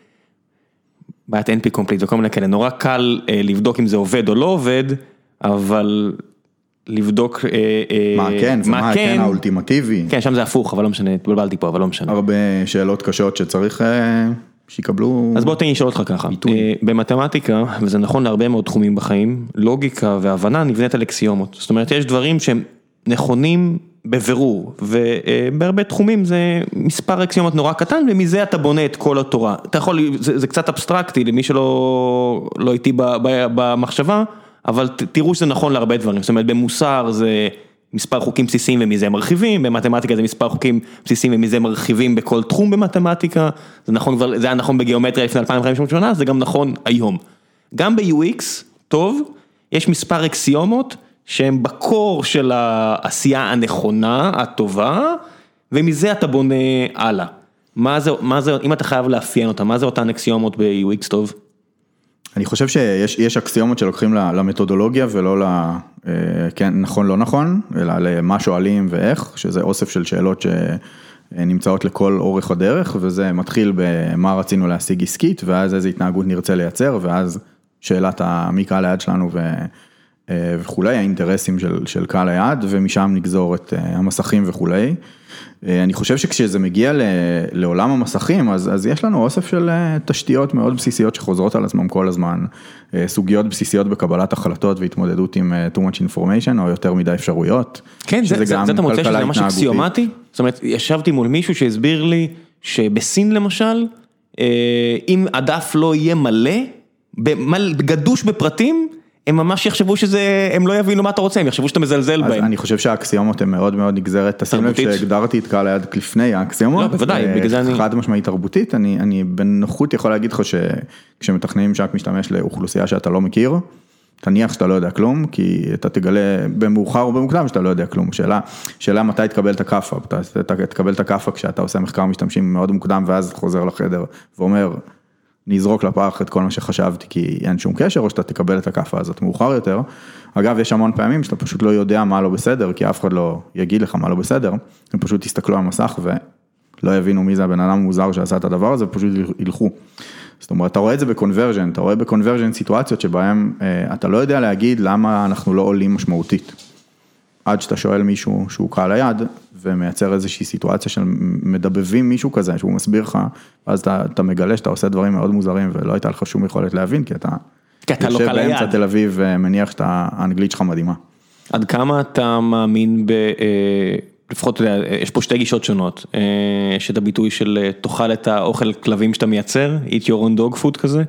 בעיית אן פי קומפליט וכל מיני כאלה, נורא קל לבדוק אם זה עובד או לא עובד, אבל לבדוק מה כן, ומה כן האולטימטיבי. כן, שם זה הפוך, אבל לא משנה, התבלבלתי פה, אבל לא משנה. הרבה שאלות קשות שצריך שיקבלו. אז בוא תן לי לשאול אותך ככה, במתמטיקה, וזה נכון להרבה מאוד תחומים בחיים, לוגיקה והבנה נבנית על אקסיומות, זאת אומרת, יש דברים שהם נכונים בבירור, ובהרבה תחומים זה מספר אקסיומות נורא קטן, ומזה אתה בונה את כל התורה. אתה יכול, זה, זה קצת אבסטרקטי, למי שלא לא איתי במחשבה, אבל תראו שזה נכון להרבה דברים, זאת אומרת, במוסר זה מספר חוקים בסיסיים ומזה מרחיבים, במתמטיקה זה מספר חוקים בסיסיים ומזה מרחיבים בכל תחום במתמטיקה, זה נכון, זה היה נכון בגיאומטריה לפני אלפיים וחמש מאות שנה, זה גם נכון היום. גם ב-יו אקס, טוב, יש מספר אקסיומות, שהם בקור של העשייה הנכונה, הטובה, ומזה אתה בונה הלאה. מה זה, מה זה, אם אתה חייב לאפיין אותה, מה זה אותן אקסיומות ב-יו אקס טוב? אני חושב שיש יש אקסיומות שלוקחים למתודולוגיה ולא ל... כן, נכון, לא נכון, אלא למה שואלים ואיך, שזה אוסף של שאלות שנמצאות לכל אורך הדרך, וזה מתחיל במה רצינו להשיג עסקית, ואז איזו התנהגות נרצה לייצר, ואז שאלת מי קהל היעד שלנו ו... וכולי, האינטרסים של, של קהל היעד, ומשם נגזור את המסכים וכולי. אני חושב שכשזה מגיע לעולם המסכים, אז, אז יש לנו אוסף של תשתיות מאוד בסיסיות שחוזרות על עצמם כל הזמן, סוגיות בסיסיות בקבלת החלטות והתמודדות עם too much information, או יותר מדי אפשרויות. כן, זה, זה, זה אתה מוצא שזה ממש אקסיומטי? זאת אומרת, ישבתי מול מישהו שהסביר לי, שבסין למשל, אם הדף לא יהיה מלא, גדוש בפרטים, הם ממש יחשבו שזה, הם לא יבינו מה אתה רוצה, הם יחשבו שאתה מזלזל בהם. אז אני חושב שהאקסיומות הן מאוד מאוד נגזרת, תשים לב שהגדרתי את קהל היעד לפני האקסיומות. לא, בוודאי, בגלל זה אני... חד משמעית תרבותית, אני, אני בנוחות יכול להגיד לך שכשמתכננים שאת משתמש לאוכלוסייה שאתה לא מכיר, תניח שאתה לא יודע כלום, כי אתה תגלה במאוחר או במוקדם שאתה לא יודע כלום. שאלה, שאלה מתי תקבל את הקפה, אתה תקבל את הקפה כשאתה עושה מחקר משתמשים מאוד מוקדם, ואז חוזר לחדר ואומר, נזרוק לפח את כל מה שחשבתי, כי אין שום קשר, או שאתה תקבל את הקפה הזאת מאוחר יותר. אגב, יש המון פעמים שאתה פשוט לא יודע מה לא בסדר, כי אף אחד לא יגיד לך מה לא בסדר, הם פשוט תסתכלו על המסך ולא יבינו מי זה הבן אדם המוזר שעשה את הדבר הזה, ופשוט ילכו. זאת אומרת, אתה רואה את זה בקונברג'ן, אתה רואה בקונברג'ן סיטואציות שבהם אתה לא יודע להגיד למה אנחנו לא עולים משמעותית. עד שאתה שואל מישהו שהוא קהל היעד, ומייצר איזושהי סיטואציה של מדבבים מישהו כזה, שהוא מסביר לך, ואז אתה, אתה מגלה שאתה עושה דברים מאוד מוזרים, ולא הייתה לך שום יכולת להבין, כי אתה, כי אתה יושב לא באמצע תל אביב, ומניח שהאנגלית שלך מדהימה. עד כמה אתה מאמין ב... לפחות, יש פה שתי גישות שונות, יש את הביטוי של תאכל את האוכל כלבים שאתה מייצר, eat your own dog food כזה,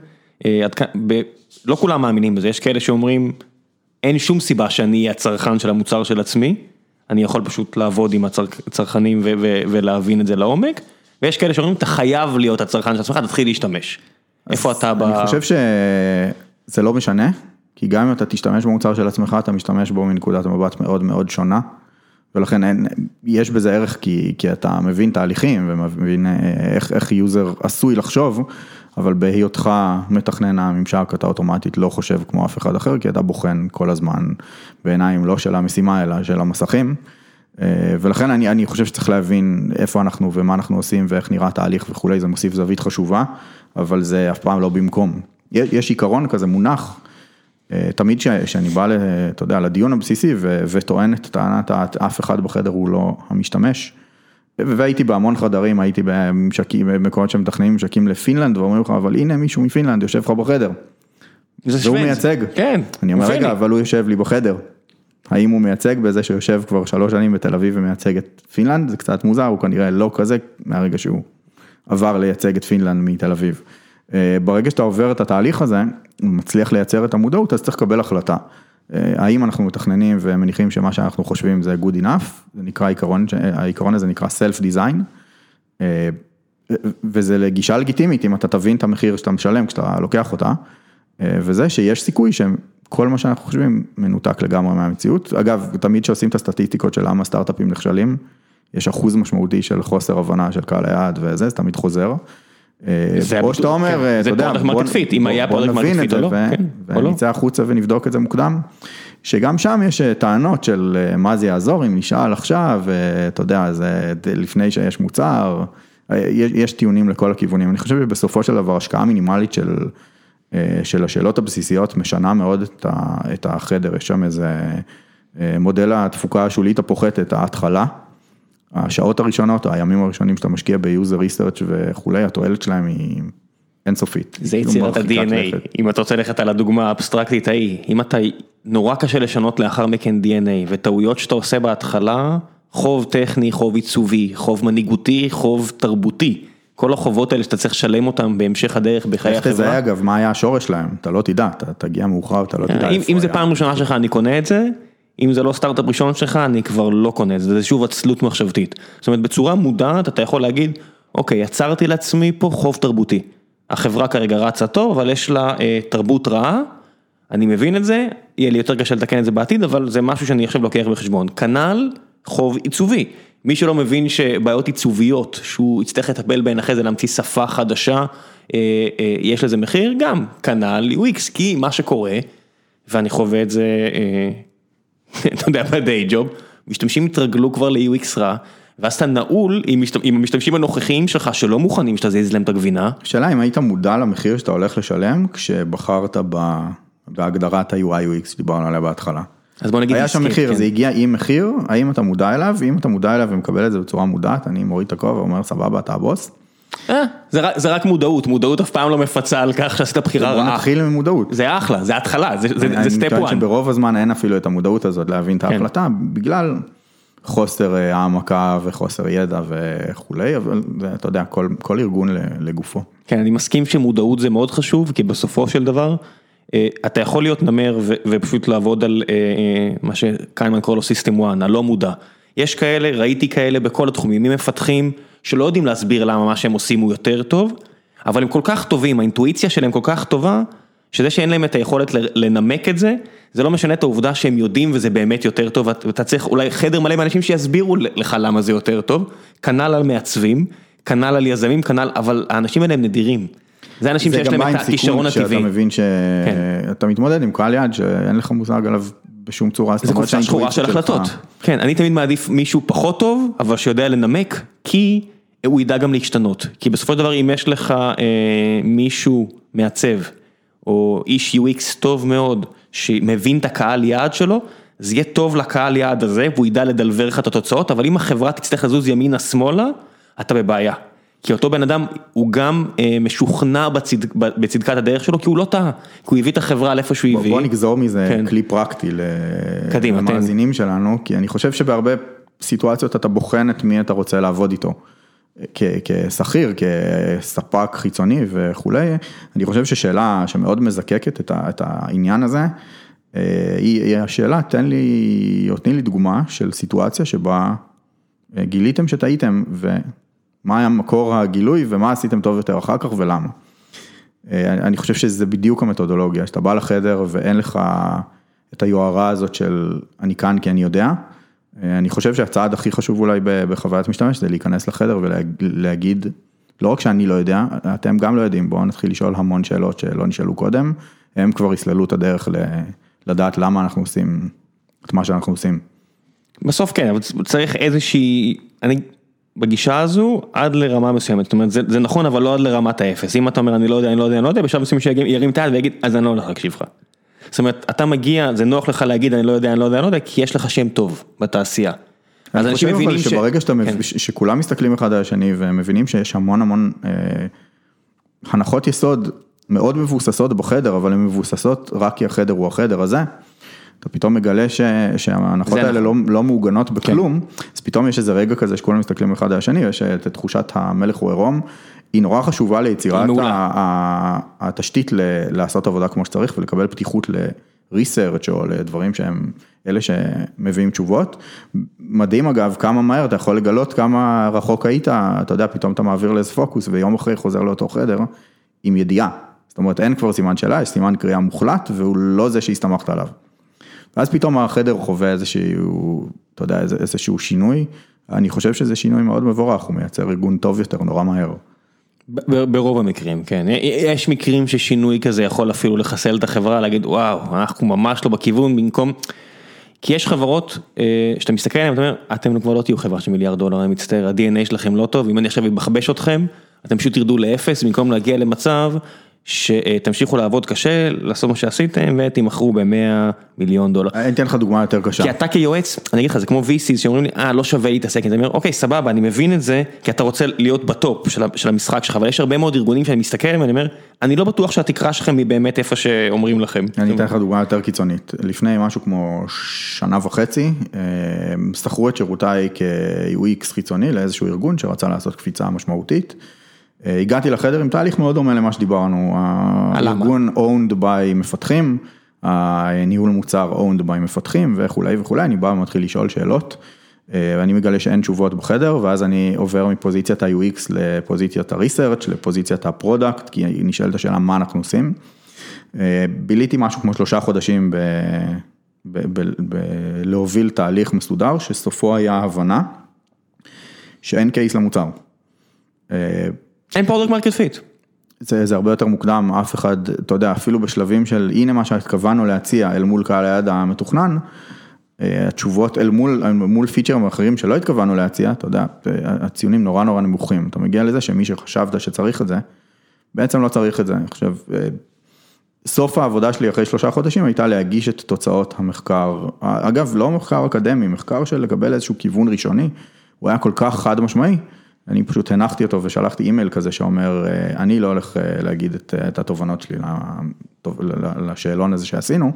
לא כולם מאמינים בזה, יש כאלה שאומרים, אין שום סיבה שאני אהיה הצרכן של המוצר של עצמי, אני יכול פשוט לעבוד עם הצרכנים ולהבין את זה לעומק, ויש כאלה שאומרים, אתה חייב להיות הצרכן של עצמך, תתחיל להשתמש. איפה אתה ב... אני חושב שזה לא משנה, כי גם אם אתה תשתמש במוצר של עצמך, אתה משתמש בו מנקודת המבט מאוד מאוד שונה, ולכן אין, יש בזה ערך כי, כי אתה מבין תהליכים, ומבין איך, איך יוזר עשוי לחשוב, אבל בהיותך מתכנן הממשק, אתה אוטומטית לא חושב כמו אף אחד אחר, כי אתה בוחן כל הזמן בעיניים לא של המשימה, אלא של המסכים, ולכן אני, אני חושב שצריך להבין איפה אנחנו ומה אנחנו עושים, ואיך נראה תהליך וכולי, זה מוסיף זווית חשובה, אבל זה אף פעם לא במקום. יש, יש עיקרון כזה מונח, תמיד שאני בא, אתה יודע, לדיון הבסיסי, וטוען את טענת, אף אחד בחדר הוא לא המשתמש, והייתי בהמון חדרים, הייתי בממשקים, במקומות שמתכננים ממשקים לפינלנד, ואומרים לך, אבל הנה מישהו מפינלנד יושב לך בחדר. והוא מייצג. כן. אני אומר, רגע, אבל הוא יושב לי בחדר. האם הוא מייצג בזה שיושב כבר שלוש שנים בתל אביב ומייצג את פינלנד? זה קצת מוזר, הוא כנראה לא כזה, מהרגע שהוא עבר לייצג את פינלנד מתל אביב. ברגע שאתה עובר את התהליך הזה, מצליח לייצר את המודעות, אז צריך לקבל החלטה. האם אנחנו מתכננים ומניחים שמה שאנחנו חושבים זה good enough, זה נקרא העיקרון, העיקרון הזה נקרא self design, וזה לגישה לגיטימית, אם אתה תבין את המחיר שאתה משלם, כשאתה לוקח אותה, וזה שיש סיכוי שכל מה שאנחנו חושבים מנותק לגמרי מהמציאות. אגב, תמיד שעושים את הסטטיסטיקות של למה סטארט-אפים נכשלים, יש אחוז משמעותי של חוסר הבנה של קהל היעד, וזה, זה תמיד חוזר. או שאתה אומר, אתה יודע, בוא נבין את זה, ונצא החוצה ונבדוק את זה מוקדם, שגם שם יש טענות של מה זה יעזור אם נשאל עכשיו, אתה יודע, זה לפני שיש מוצר, יש טיעונים לכל הכיוונים. אני חושב שבסופו של דבר, השקעה מינימלית של, של השאלות הבסיסיות משנה מאוד את החדר, יש שם איזה מודל התפוקה השולית הפוחתת, ההתחלה, השעות הראשונות, הימים הראשונים שאתה משקיע ביוזר ריסרצ' וכולי, התועלת שלהם היא אינסופית. זה יצירת ה-די אן איי, אם אתה רוצה ללכת על הדוגמה האבסטרקטית ההיא, אם אתה נורא קשה לשנות לאחר מכן די אן איי, וטעויות שאתה עושה בהתחלה, חוב טכני, חוב עיצובי, חוב מנהיגותי, חוב תרבותי, כל החובות האלה שאתה צריך לשלם אותם בהמשך הדרך בחיי החברה. איך תזהה אגב, מה היה השורש שלהם? אתה לא תדע, אתה תגיע מאוחר, אתה לא תדע. אם זה פעם ראשונה שלך, אני קונה את זה, אם זה לא סטארט-אפ ראשון שלך, אני כבר לא קונה את זה, זה שוב עצלות מחשבתית. זאת אומרת, בצורה מודעת, אתה יכול להגיד, אוקיי, יצרתי לעצמי פה חוב תרבותי. החברה כרגע רצה טוב, אבל יש לה אה, תרבות רעה, אני מבין את זה, יהיה לי יותר קשה לתקן את זה בעתיד, אבל זה משהו שאני עכשיו לוקח בחשבון. כנ"ל, חוב עיצובי. מי שלא מבין שבעיות עיצוביות, שהוא יצטרך לטפל בהן אחרי זה, להמציא שפה חדשה, אה, אה, יש לזה מחיר, גם כנ"ל יו אקס, כי מה שקורה, ואני חווה את זה, אה, אתה יודע, ב-day job, משתמשים התרגלו כבר ל-יו אקס רע, ואז אתה נעול עם, עם המשתמשים הנוכחיים שלך, שלא מוכנים שאתה זיז להם את הגבינה. שאלה, אם היית מודע למחיר שאתה הולך לשלם, כשבחרת ב... בהגדרת ה-יו איי יו אקס, דיברנו עליה בהתחלה. אז בוא נגיד... היה שם מחיר, כן. זה הגיע עם מחיר, האם אתה מודע אליו, אם אתה מודע אליו ומקבל את זה בצורה מודעת, אני מוריד את הכובע ואומר, סבבה, אתה הבוס. אה, זה רק, זה רק מודעות, מודעות אף פעם לא מפצה על כך שעשית בחירה רעה. בוא נתחיל ממודעות. זה אחלה, זה התחלה, זה, זה, זה סטפ וואן. שברוב הזמן אין אפילו את המודעות הזאת להבין את ההחלטה, בגלל חוסר העמקה וחוסר ידע וכולי, אבל אתה יודע, כל, כל ארגון לגופו. כן, אני מסכים שמודעות זה מאוד חשוב, כי בסופו של דבר, אתה יכול להיות נמר ופשוט לעבוד על מה שקיימן קורא לו סיסטם וואן, הלא מודע. יש כאלה, ראיתי כאלה בכל התחומים, מי מפתחים שלא יודעים להסביר למה מה שהם עושים הוא יותר טוב, אבל הם כל כך טובים, האינטואיציה שלהם כל כך טובה, שזה שאין להם את היכולת לנמק את זה, זה לא משנה את העובדה שהם יודעים וזה באמת יותר טוב, ואתה צריך אולי חדר מלא מאנשים שיסבירו לך למה זה יותר טוב, כנ"ל על מעצבים, כנ"ל על יזמים, כנ"ל, אבל האנשים האלה הם נדירים. זה אנשים שיש להם את הכישרון הטבעי. שאתה מבין שאתה מתמודד עם קהל יעד שאין לך מושג עליו בשום צורה. זה קופסה שחורה של החלטות. כן, אני תמיד מעדיף מישהו פחות טוב, אבל שיודע לנמק, כי הוא ידע גם להשתנות. כי בסופו של דבר, אם יש לך מישהו מעצב, או איש יו אקס טוב מאוד, שמבין את הקהל יעד שלו, זה יהיה טוב לקהל יעד הזה, והוא ידע לדלבר לך את התוצאות, אבל אם החברה תצטרך לזוז ימינה שמאלה, אתה בבעיה. כי אותו בן אדם הוא גם אה, משוכנע בצד, בצדקת הדרך שלו, כי הוא לא טעה, כי הוא הביא את החברה לאיפה שהוא הביא. בוא נגזור מזה כן. כלי פרקטי קדימה, למאזינים תן. שלנו, כי אני חושב שבהרבה סיטואציות אתה בוחן את מי אתה רוצה לעבוד איתו, כשכיר, כספק חיצוני וכולי. אני חושב ששאלה שמאוד מזקקת את, ה, את העניין הזה, היא, היא השאלה, תן לי, או תני לי דוגמה של סיטואציה שבה גיליתם שטעיתם ו... מה היה מקור הגילוי ומה עשיתם טוב יותר אחר כך ולמה. אני חושב שזה בדיוק המתודולוגיה, שאתה בא לחדר ואין לך את היוערה הזאת של אני כאן כי אני יודע. אני חושב שהצעד הכי חשוב אולי בחוויית משתמש זה להיכנס לחדר ולהגיד, לא רק שאני לא יודע, אתם גם לא יודעים, בואו נתחיל לשאול המון שאלות שלא נשאלו קודם, הם כבר יסללו את הדרך לדעת למה אנחנו עושים את מה שאנחנו עושים. בסוף כן, אבל צריך איזושהי, אני... בגישה הזו, עד לרמה מסוימת, זאת אומרת, זה, זה נכון, אבל לא עד לרמת האפס. אם אתה אומר, אני לא יודע, אני לא יודע, אני לא יודע, בשלב מסוים שירים את היד ויגיד, אז אני לא הולך להקשיב לך. זאת אומרת, אתה מגיע, זה נוח לך להגיד, אני לא יודע, אני לא יודע, אני לא יודע, כי יש לך שם טוב בתעשייה. אז אנשים מבינים ש... שברגע שאתה מב... שכולם מסתכלים אחד על השני, ומבינים שיש המון המון אה, הנחות יסוד, מאוד מבוססות בחדר, אבל הן מבוססות רק כי החדר הוא החדר הזה, אתה פתאום מגלה ש, שההנחות האלה לא, לא מעוגנות בכלום, כן. אז פתאום יש איזה רגע כזה שכולם מסתכלים אחד על השני, יש את תחושת המלך הוא עירום, היא נורא חשובה ליצירת ה, ה, התשתית ל, לעשות עבודה כמו שצריך, ולקבל פתיחות ריסרצ' או לדברים שהם אלה שמביאים תשובות. מדהים אגב, כמה מהר אתה יכול לגלות כמה רחוק היית, אתה יודע, פתאום אתה מעביר לאיזה פוקוס, ויום אחרי חוזר לאותו חדר עם ידיעה. זאת אומרת, אין כבר סימן שאלה, יש סימן קריאה מוחלט, והוא לא זה שהסתמכת עליו. ואז פתאום החדר חווה איזשהו, אתה יודע, איזשהו שינוי. אני חושב שזה שינוי מאוד מבורך, הוא מייצר ארגון טוב יותר, נורא מהר. ברוב המקרים, כן. יש מקרים ששינוי כזה יכול אפילו לחסל את החברה, להגיד, וואו, אנחנו ממש לא בכיוון, במקום, כי יש חברות שאתה מסתכל עליהן, אתה אומר, אתם כבר לא תהיו חברה של מיליארד דולר, אני מצטער, ה-די אן איי שלכם לא טוב, אם אני עכשיו אבחבש אתכם, אתם פשוט תרדו לאפס, במקום להגיע למצב שתמשיכו לעבוד קשה, לעשות מה שעשיתם, ותמכרו ב-מאה מיליון דולר. אני אתן לך דוגמה יותר קשה. כי אתה כיועץ, אני אגיד לך, זה כמו וי סי'ס שאומרים לי, אה, לא שווה להתעסק, אני אומר, אוקיי, סבבה, אני מבין את זה, כי אתה רוצה להיות בטופ של המשחק שלך, אבל יש הרבה מאוד ארגונים שאני מסתכל עליהם, ואני אומר, אני לא בטוח שהתקרה שלכם היא באמת איפה שאומרים לכם. אני אתן לך דוגמה יותר קיצונית. לפני משהו כמו שנה וחצי, שכרו את שירותיי כ-יו אקס חיצוני לאיזשהו ארגון שרצה לעשות קפיצה משמעותית. הגעתי לחדר עם תהליך מאוד דומה למה שדיברנו, הארגון owned by מפתחים, הניהול מוצר owned by מפתחים וכולי וכולי, אני בא ומתחיל לשאול שאלות, ואני מגלה שאין תשובות בחדר, ואז אני עובר מפוזיציית ה-יו אקס לפוזיציית ה-research, לפוזיציית ה-product, כי נשאלת השאלה מה אנחנו עושים. ביליתי משהו כמו שלושה חודשים בלהוביל תהליך מסודר, שסופו היה הבנה שאין קייס למוצר. אין פרודקט מרקט פיט. זה, זה הרבה יותר מוקדם, אף אחד, אתה יודע, אפילו בשלבים של, הנה מה שהתכוונו להציע אל מול קהל היעד המתוכנן, התשובות אל מול, מול פיצ'רים אחרים שלא התכוונו להציע, אתה יודע, הציונים נורא נורא נמוכים, אתה מגיע לזה שמי שחשבת שצריך את זה, בעצם לא צריך את זה. אני חושב, סוף העבודה שלי אחרי שלושה חודשים הייתה להגיש את תוצאות המחקר, אגב, לא מחקר אקדמי, מחקר של לקבל איזשהו כיוון ראשוני, הוא היה כל כך חד משמעי, אני פשוט הנחתי אותו ושלחתי אימייל כזה שאומר, אני לא הולך להגיד את, את התובנות שלי לשאלון הזה שעשינו,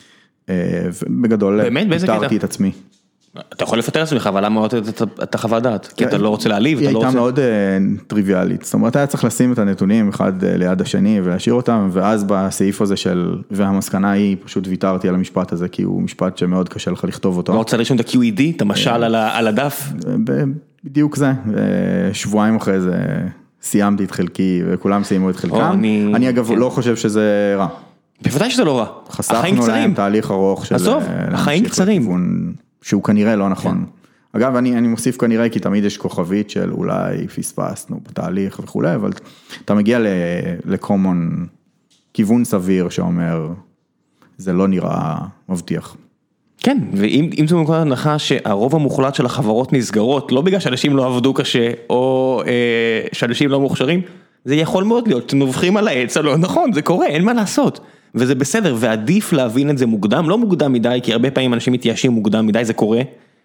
ובגדול פיתרתי את עצמי. אתה יכול לפטר עצמך, אבל למה עוד את החוות דעת? כי אתה לא רוצה להעליב, אתה לא רוצה... היא הייתה מאוד טריוויאלית, זאת אומרת, היה צריך לשים את הנתונים אחד ליד השני ולהשאיר אותם, ואז בסעיף הזה של, והמסקנה היא, פשוט ויתרתי על המשפט הזה, כי הוא משפט שמאוד קשה לך לכתוב אותו. לא רוצה לרשום את ה-קיו אי די, את המשל על הדף? בדיוק זה, שבועיים אחרי זה סיימתי את חלקי, וכולם סיימו את חלקם. אני אגב לא חושב שזה רע. בוודאי שזה לא רע. חסכנו להם תהליך ארוך של... עזוב, החיים קצרים. שהוא כנראה לא נכון. אגב, אני, אני מוסיף כנראה, כי תמיד יש כוכבית של אולי פספסנו בתהליך וכו', אבל אתה מגיע לקומון, כיוון סביר שאומר, זה לא נראה מבטיח. כן, ואם זו מנקודת הנחה שהרוב המוחלט של החברות נסגרות, לא בגלל שאנשים לא עבדו קשה, או אה, שאנשים לא מוכשרים, זה יכול מאוד להיות, נובחים על העץ, לא נכון, זה קורה, אין מה לעשות. וזה בסדר, ועדיף להבין את זה מוקדם, לא מוקדם מדי, כי הרבה פעמים אנשים מתייאשים מוקדם מדי, זה קורה,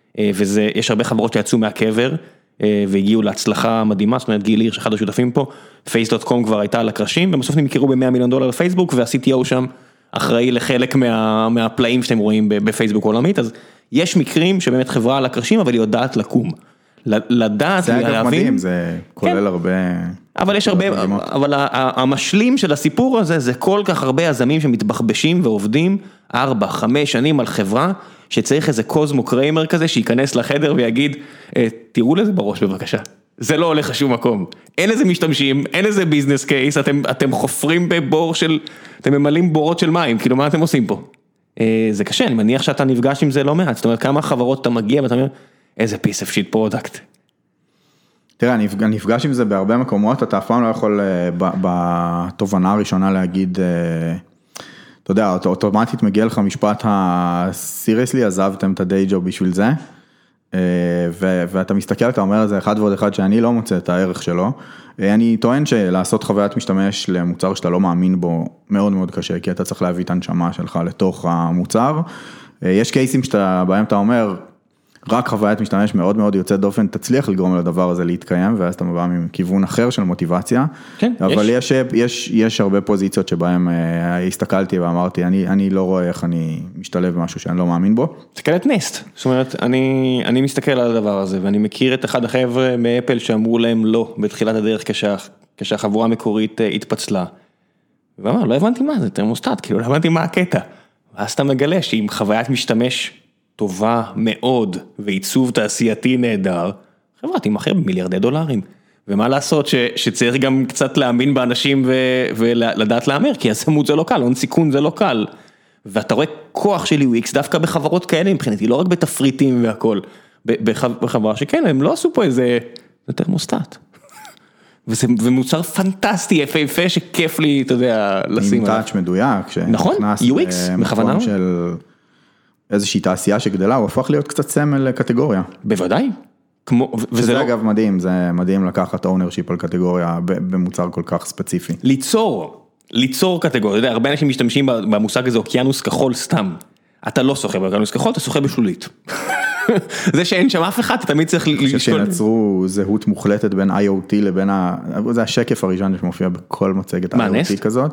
ויש הרבה חברות שיצאו מהקבר, והגיעו להצלחה מדהימה, זאת אומרת גיל הירש, אחד השותפים פה, פייס דוט קום כבר הייתה על הקרשים, ובסוף הם הכירו ב-מאה מיליון דולר לפייסבוק, וה-סי טי או שם אחראי לחלק מה, מהפלאים שאתם רואים בפייסבוק עולמית, אז יש מקרים שבאמת חברה על הקרשים, אבל היא יודעת לקום. לדעת, זה אגב מדהים, זה כולל הרבה... אבל יש הרבה, אבל המשלים של הסיפור הזה, זה כל כך הרבה יזמים שמתבחבשים ועובדים ארבע, חמש שנים על חברה, שצריך איזה קוזמו קריימר כזה, שייכנס לחדר ויגיד, תראו לזה בראש בבקשה, זה לא הולך לשום מקום, אין איזה משתמשים, אין איזה ביזנס קייס, אתם, אתם חופרים בבור של, אתם ממלאים בורות של מים, כאילו מה אתם עושים פה? זה קשה, אני מניח שאתה נפגש עם זה לא מעט, זאת אומרת, כמה חברות אתה מגיע ואתה אומר, איזה piece of shit product. תראה, אני נפגש עם זה בהרבה מקומות, אתה אף פעם לא יכול בתובנה הראשונה להגיד, אתה יודע, אוטומטית מגיע לך משפט ה-seriously, עזבתם את ה-day job בשביל זה, ואתה מסתכל, אתה אומר את זה אחד ועוד אחד שאני לא מוצא את הערך שלו, אני טוען שלעשות חוויית משתמש למוצר שאתה לא מאמין בו מאוד מאוד קשה, כי אתה צריך להביא את הנשמה שלך לתוך המוצר, יש קייסים שבהם אתה אומר, רק חוויית משתמש מאוד מאוד יוצאת דופן, תצליח לגרום לדבר הזה להתקיים, ואז אתה מבא מכיוון אחר של מוטיבציה, כן, אבל יש. יש, יש, יש הרבה פוזיציות שבהם הסתכלתי ואמרתי, אני, אני לא רואה איך אני משתלב במשהו שאני לא מאמין בו. תסתכל את נסט, זאת אומרת, אני, אני מסתכל על הדבר הזה, ואני מכיר את אחד החבר'ה מאפל שאמרו להם לא, בתחילת הדרך כשה, כשהחבורה המקורית התפצלה, ואמר, לא הבנתי מה זה, תרמוסטט, כאילו, לא הבנתי מה הקטע. ואז אתה מגלה שעם חוויית משתמש טובה מאוד, ועיצוב תעשייתי נהדר, חברה תימכר במיליארדי דולרים. ומה לעשות ש, שצריך גם קצת להאמין באנשים ו, ולדעת להאמר, כי יזמות זה לא קל, הון סיכון זה לא קל. ואתה רואה כוח של יו אקס דווקא בחברות כאלה מבחינתי, לא רק בתפריטים והכל, בחברה שכן, הם לא עשו פה איזה, זה תרמוסטט. וזה מוצר פנטסטי, יפה יפה, שכיף לי, אתה יודע, לשים עליו. עם טאץ' מדויק, נכון, יו אקס, בכוונה. של איזושהי תעשייה שגדלה, הוא הפך להיות קצת סמל לקטגוריה. בוודאי. כמו, וזה לא... אגב מדהים, זה מדהים לקחת ownership על קטגוריה במוצר כל כך ספציפי. ליצור, ליצור קטגוריה, אתה יודע, הרבה אנשים משתמשים במושג הזה, אוקיינוס כחול סתם. אתה לא שוחה באוקיינוס כחול, אתה שוחה בשלולית. זה שאין שם אף אחד, אתה תמיד צריך לשקול. שיצרו זהות מוחלטת בין איי או טי לבין, ה... זה השקף הראשון שמופיע בכל מצגת איי או טי כזאת.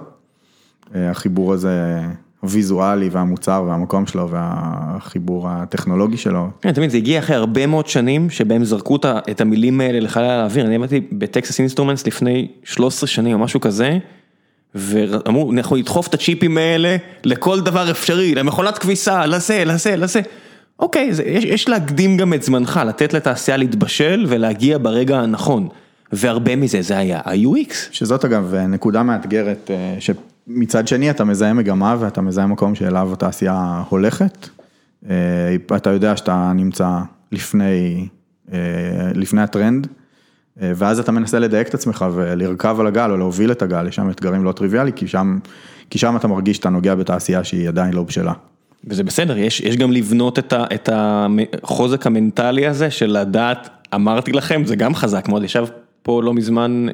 החיבור הזה... הוויזואלי והמוצר והמקום שלו והחיבור הטכנולוגי שלו. כן, תמיד זה הגיע אחרי הרבה מאוד שנים שבהם זרקו את המילים האלה לחלל האוויר. אני עבדתי בטקסס אינסטרומנטס לפני שלוש עשרה שנים או משהו כזה, ואמרו, אנחנו נדחוף את הצ'יפים האלה לכל דבר אפשרי, למכונת כביסה, לזה, לזה, לזה. אוקיי, זה, יש, יש להקדים גם את זמנך, לתת לתעשייה להתבשל ולהגיע ברגע הנכון. והרבה מזה זה היה ה-יו אקס. שזאת אגב נקודה מאתגרת ש... מצד שני אתה מזהה מגמה ואתה מזהה מקום שאליו התעשייה הולכת, אתה יודע שאתה נמצא לפני, לפני הטרנד, ואז אתה מנסה לדייק את עצמך ולרכב על הגל או להוביל את הגל, יש שם אתגרים לא טריוויאלי, כי שם, כי שם אתה מרגיש שאתה נוגע בתעשייה שהיא עדיין לא בשלה. וזה בסדר, יש, יש גם לבנות את, ה, את החוזק המנטלי הזה של לדעת, אמרתי לכם, זה גם חזק מאוד, ישב פה לא מזמן,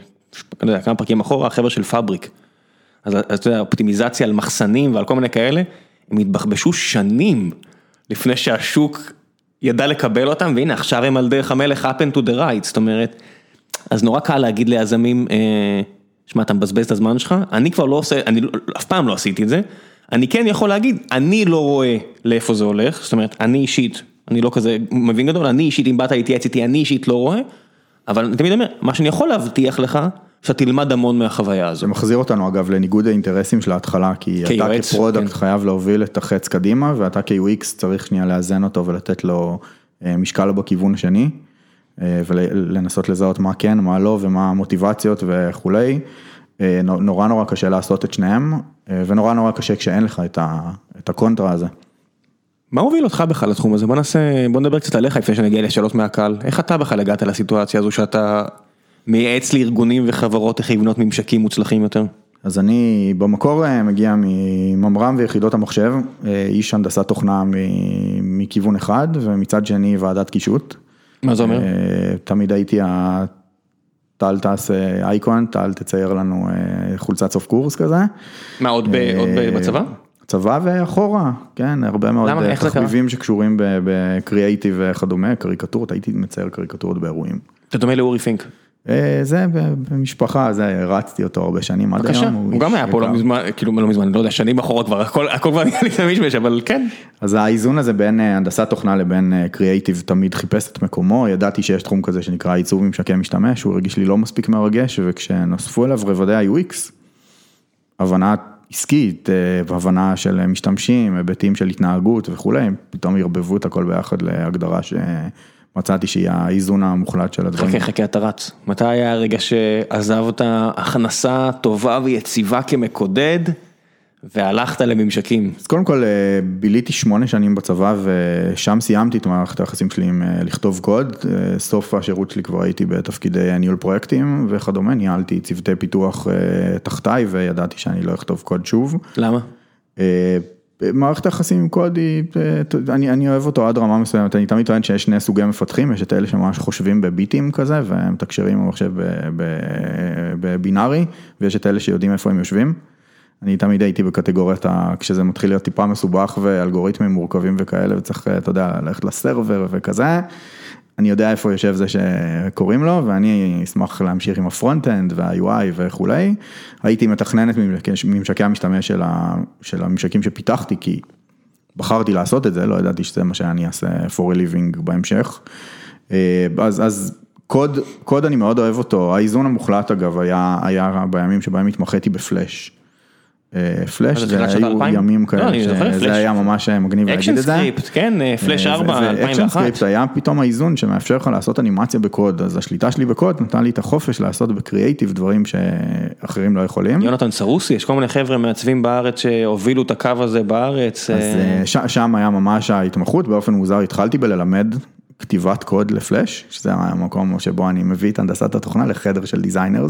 לא יודע, כמה פרקים אחורה, החבר'ה של פאבריק, אז אתה יודע, אופטימיזציה על מחסנים ועל כל מיני כאלה, הם התבחבשו שנים לפני שהשוק ידע לקבל אותם, והנה עכשיו הם על דרך המלך happen to the right, זאת אומרת, אז נורא קל להגיד ליזמים, שמע, אתה מבזבז את הזמן שלך, אני כבר לא עושה, אני אף פעם לא עשיתי את זה, אני כן יכול להגיד, אני לא רואה לאיפה זה הולך, זאת אומרת, אני אישית, אני לא כזה מבין גדול, אני אישית, אם באת להתייעץ איתי, אני אישית לא רואה, אבל אני תמיד אומר, מה שאני יכול להבטיח לך, שאתה תלמד המון מהחוויה הזו. זה מחזיר אותנו אגב לניגוד האינטרסים של ההתחלה, כי אתה כפרודקט חייב להוביל את החץ קדימה, ואתה כ-יו אקס צריך שנייה לאזן אותו ולתת לו משקל בכיוון השני, ולנסות לזהות מה כן, מה לא, ומה המוטיבציות וכולי. נורא נורא קשה לעשות את שניהם, ונורא נורא קשה כשאין לך את הקונטרה הזה. מה הוביל אותך בכלל לתחום הזה? בוא נעשה, בוא נדבר קצת עליך לפני שנגיע לשאלות מהקהל. איך אתה בכלל הגעת לסיטואציה הזו שאתה מייעץ לארגונים וחברות איך לבנות ממשקים מוצלחים יותר? אז אני במקור מגיע מממר"ם ויחידות המחשב, איש הנדסת תוכנה מכיוון אחד, ומצד שני ועדת קישוט. מה זה אומר? תמיד הייתי טל תעשה אייקון, טל תצייר לנו חולצת סוף קורס כזה. מה, עוד בצבא? צבא ואחורה, כן, הרבה מאוד תחביבים שקשורים בקריאייטיב וכדומה, קריקטורות, הייתי מצייר קריקטורות באירועים. אתה דומה לאורי פינק? זה במשפחה, זה רצתי אותו הרבה שנים עד היום. הוא גם היה פה לא מזמן, כאילו לא מזמן, לא יודע, שנים אחורה כבר, הכל כבר נהיה לי תמיש, אבל כן. אז האיזון הזה בין הנדסת תוכנה לבין קריאייטיב תמיד חיפש את מקומו, ידעתי שיש תחום כזה שנקרא עיצוב ממשקי משתמש, הוא הרגיש לי לא מספיק מרגש, וכשנוספו אליו רבדי ה-יו אקס, הבנה עסקית, הבנה של משתמשים, היבטים של התנהגות וכולי, פתאום ירבבו את הכל ביחד להגדרה ש... מצאתי שהיא האיזון המוחלט של הדברים. חכה, חכה, אתה רץ. מתי היה הרגע שעזבת הכנסה טובה ויציבה כמקודד, והלכת לממשקים? אז קודם כל, ביליתי שמונה שנים בצבא, ושם סיימתי את מערכת היחסים שלי עם לכתוב קוד. סוף השירות שלי כבר הייתי בתפקידי ניהול פרויקטים וכדומה, ניהלתי צוותי פיתוח תחתיי, וידעתי שאני לא אכתוב קוד שוב. למה? מערכת היחסים עם קוד היא, אני, אני אוהב אותו עד רמה מסוימת, אני תמיד טוען שיש שני סוגי מפתחים, יש את אלה שממש חושבים בביטים כזה, והם תקשרים במחשב בבינארי, ויש את אלה שיודעים איפה הם יושבים. אני תמיד הייתי בקטגוריית, כשזה מתחיל להיות טיפה מסובך, ואלגוריתמים מורכבים וכאלה, וצריך, אתה יודע, ללכת לסרבר וכזה, אני יודע איפה יושב זה שקוראים לו, ואני אשמח להמשיך עם הפרונט-אנד וה-יו איי וכולי. הייתי מתכננת ממשקי המשתמש של, ה, של הממשקים שפיתחתי, כי בחרתי לעשות את זה, לא ידעתי שזה מה שאני אעשה for a living בהמשך. אז, אז קוד, קוד אני מאוד אוהב אותו. האיזון המוחלט אגב היה, היה בימים שבהם התמחיתי בפלאש. פלאש, זה היו ימים כאלה, זה היה ממש מגניב להגיד את זה. אקשן סקריפט, כן, פלאש ארבע, אלפיים ואחת. אקשן סקריפט היה פתאום האיזון שמאפשר לך לעשות אנימציה בקוד, אז השליטה שלי בקוד נתן לי את החופש לעשות בקריאייטיב דברים שאחרים לא יכולים. יונתן סרוסי, יש כל מיני חבר'ה מעצבים בארץ שהובילו את הקו הזה בארץ. אז שם היה ממש ההתמחות, באופן מוזר התחלתי בללמד כתיבת קוד לפלאש, שזה המקום שבו אני מביא את הנדסת התוכנה לחדר של דיזיינרס,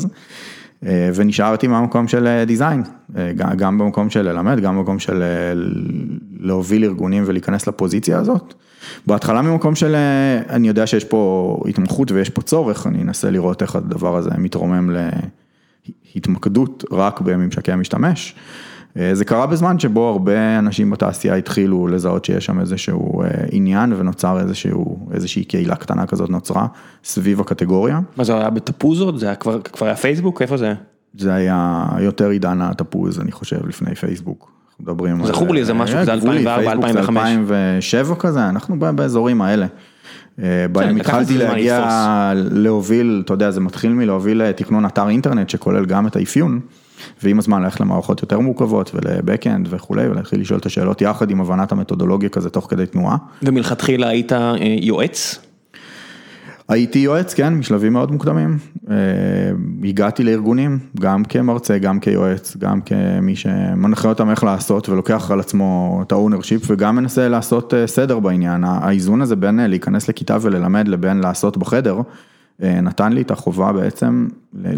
ונשארתי מהמקום של דיזיין, גם במקום של ללמד, גם במקום של להוביל ארגונים ולהיכנס לפוזיציה הזאת. בהתחלה ממקום של, אני יודע שיש פה התמחות ויש פה צורך, אני אנסה לראות איך הדבר הזה מתרומם להתמקדות רק בממשקי המשתמש. זה קרה בזמן שבו הרבה אנשים בתעשייה התחילו לזהות שיש שם איזשהו עניין ונוצר איזשהו, איזושהי קהילה קטנה כזאת נוצרה סביב הקטגוריה. מה זה היה בתפוזות? זה היה כבר, כבר היה פייסבוק? איפה זה? זה היה יותר עידן התפוז, אני חושב, לפני פייסבוק. מדברים על... זכור לי איזה משהו, זה אלפיים וארבע, אלפיים וחמש. אלפיים ושבע כזה, אנחנו באזורים האלה. בהם התחלתי להגיע להוביל, אתה יודע, זה מתחיל מלהוביל תכנון אתר אינטרנט שכולל גם את האפיון, ועם הזמן ללכת למערכות יותר מורכבות ולבקאנד וכולי, ולהתחיל לשאול את השאלות יחד עם הבנת המתודולוגיה כזה תוך כדי תנועה. ומלכתחילה היית יועץ? הייתי יועץ, כן, משלבים מאוד מוקדמים. הגעתי לארגונים, גם כמרצה, גם כיועץ, גם כמי שמנחה אותם איך לעשות, ולוקח על עצמו את האונרשיפ, וגם מנסה לעשות סדר בעניין. האיזון הזה בין להיכנס לכיתה וללמד לבין לעשות בחדר, נתן לי את החובה בעצם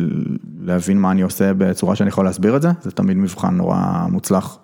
להבין מה אני עושה בצורה שאני יכול להסביר את זה, זה תמיד מבחן נורא מוצלח.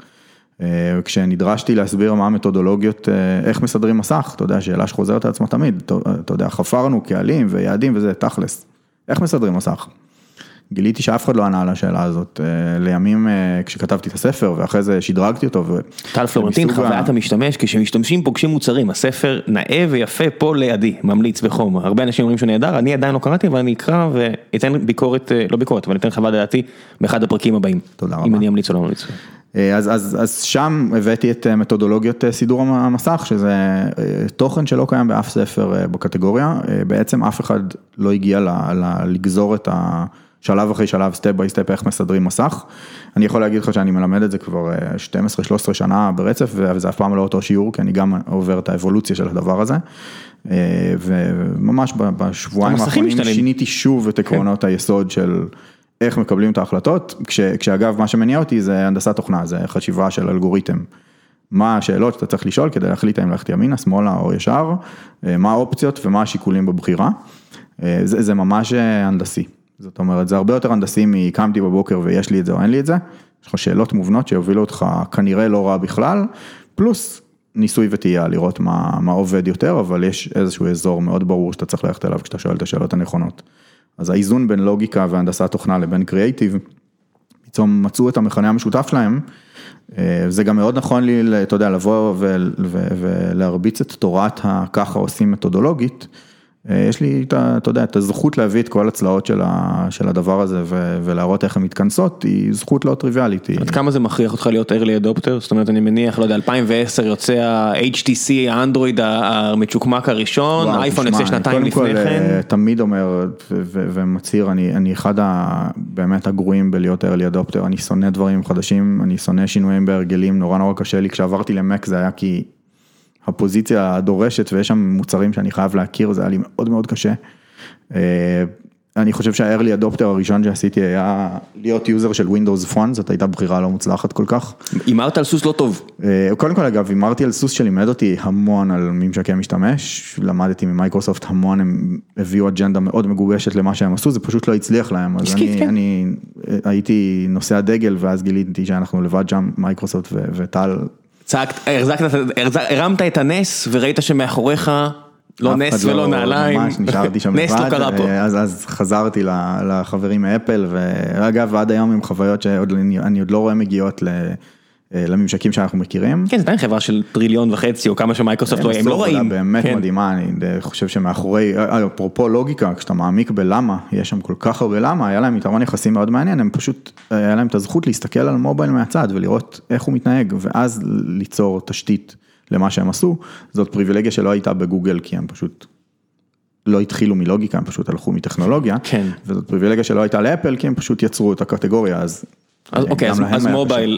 כשנדרשתי להסביר מה המתודולוגיות, איך מסדרים מסך, אתה יודע, שאלה שחוזרת על עצמה תמיד, אתה יודע, חפרנו קהלים ויעדים וזה תכלס, איך מסדרים מסך? גיליתי שאף אחד לא ענה על השאלה הזאת, לימים כשכתבתי את הספר ואחרי זה שדרגתי אותו. טל פלורנטין, חוויית המשתמש, כשמשתמשים פוגשים מוצרים, הספר נאה ויפה פה לידי, ממליץ בחום, הרבה אנשים אומרים שהוא נהדר, אני עדיין לא קראתי, אבל אני אקרא ואתן ביקורת, לא ביקורת, אבל אתן חוות דעתי באחד הפרקים הבאים. תודה רבה. אם אני אמליץ או לא ממליץ. אז, אז, אז שם הבאתי את מתודולוגיות סידור המסך, שזה תוכן שלא קיים באף ספר בקטגוריה, בעצם אף אחד לא הגיע ל, ל, לגזור את השלב אחרי שלב, סטפ ביי סטפ, איך מסדרים מסך. אני יכול להגיד לך שאני מלמד את זה כבר שתים עשרה שלוש עשרה שנה ברצף, וזה אף פעם לא אותו שיעור, כי אני גם עובר את האבולוציה של הדבר הזה, וממש בשבועיים האחרונים שיניתי שוב את עקרונות היסוד של איך מקבלים את ההחלטות, כש, כשאגב מה שמניע אותי זה הנדסת תוכנה, זה חשיבה של אלגוריתם. מה השאלות שאתה צריך לשאול כדי להחליט האם ללכת ימינה, שמאלה או ישר, מה האופציות ומה השיקולים בבחירה. זה, זה ממש הנדסי. זאת אומרת, זה הרבה יותר הנדסי מקמתי בבוקר ויש לי את זה או אין לי את זה. יש לך שאלות מובנות שיובילו אותך כנראה לא רע בכלל, פלוס ניסוי ותהיה לראות מה, מה עובד יותר, אבל יש איזשהו אזור מאוד ברור שאתה צריך ללכת אליו כשאתה שואל את השאלות הנכונות. אז האיזון בין לוגיקה והנדסת תוכנה לבין קריאייטיב, פתאום מצאו את המכנה המשותף שלהם, זה גם מאוד נכון לי, אתה יודע, לבוא ולהרביץ את תורת הככה עושים מתודולוגית, יש לי, אתה יודע, את הזכות להביא את כל הצלעות של הדבר הזה, ולהראות איך הן מתכנסות, היא זכות לא טריוויאלית. עד כמה זה מכריח אותך להיות early adopter? זאת אומרת, אני מניח, לא יודע, אלפיים ועשר יוצא ה-אייץ' טי סי, האנדרואיד המצ'וקמק הראשון, האייפון יוצא שנתיים לפני כן. תמיד אומר ומצהיר, אני אחד באמת הגרועים בלהיות early adopter, אני שונא דברים חדשים, אני שונא שינויים בהרגלים, נורא נורא קשה לי, כשעברתי למק זה היה כי הפוזיציה הדורשת, ויש שם מוצרים שאני חייב להכיר, זה היה לי מאוד מאוד קשה. אני חושב שה-early adopter הראשון שעשיתי היה להיות יוזר של Windows Phone, זאת הייתה בחירה לא מוצלחת כל כך. אמרת על סוס לא טוב. קודם כל אגב, אמרתי על סוס שלימד אותי המון על ממשקי משתמש, למדתי ממייקרוסופט המון, הם הביאו אג'נדה מאוד מגובשת למה שהם עשו, זה פשוט לא הצליח להם. אז אני, אני הייתי נושא הדגל, ואז גיליתי שאנחנו לבד שם, מייקרוסופט וטל, צעקת, הרמת את הנס וראית שמאחוריך לא נס ולא נעליים, ממש נשארתי שם נס לא קרה פה. אז, אז חזרתי לחברים מאפל, ואגב עד היום עם חוויות שאני עוד לא רואה מגיעות לממשקים שאנחנו מכירים. כן, זה עדיין חברה של טריליון וחצי, או כמה שמייקרוסופט לא, הם לא רואים. באמת מדהימה, אני חושב שמאחורי, אפרופו לוגיקה, כשאתה מעמיק בלמה, יש שם כל כך הרבה למה, היה להם יתרון יחסי מאוד מעניין, הם פשוט, היה להם את הזכות להסתכל על מובייל מהצד, ולראות איך הוא מתנהג, ואז ליצור תשתית למה שהם עשו, זאת פריבילגיה שלא הייתה בגוגל, כי הם פשוט לא התחילו מלוגיקה, הם פשוט הלכו מטכנולוגיה, וזאת פריבילגיה שלא הייתה לאפל, כי הם פשוט יצרו את הקטגוריה, אז אוקיי, אז מובייל,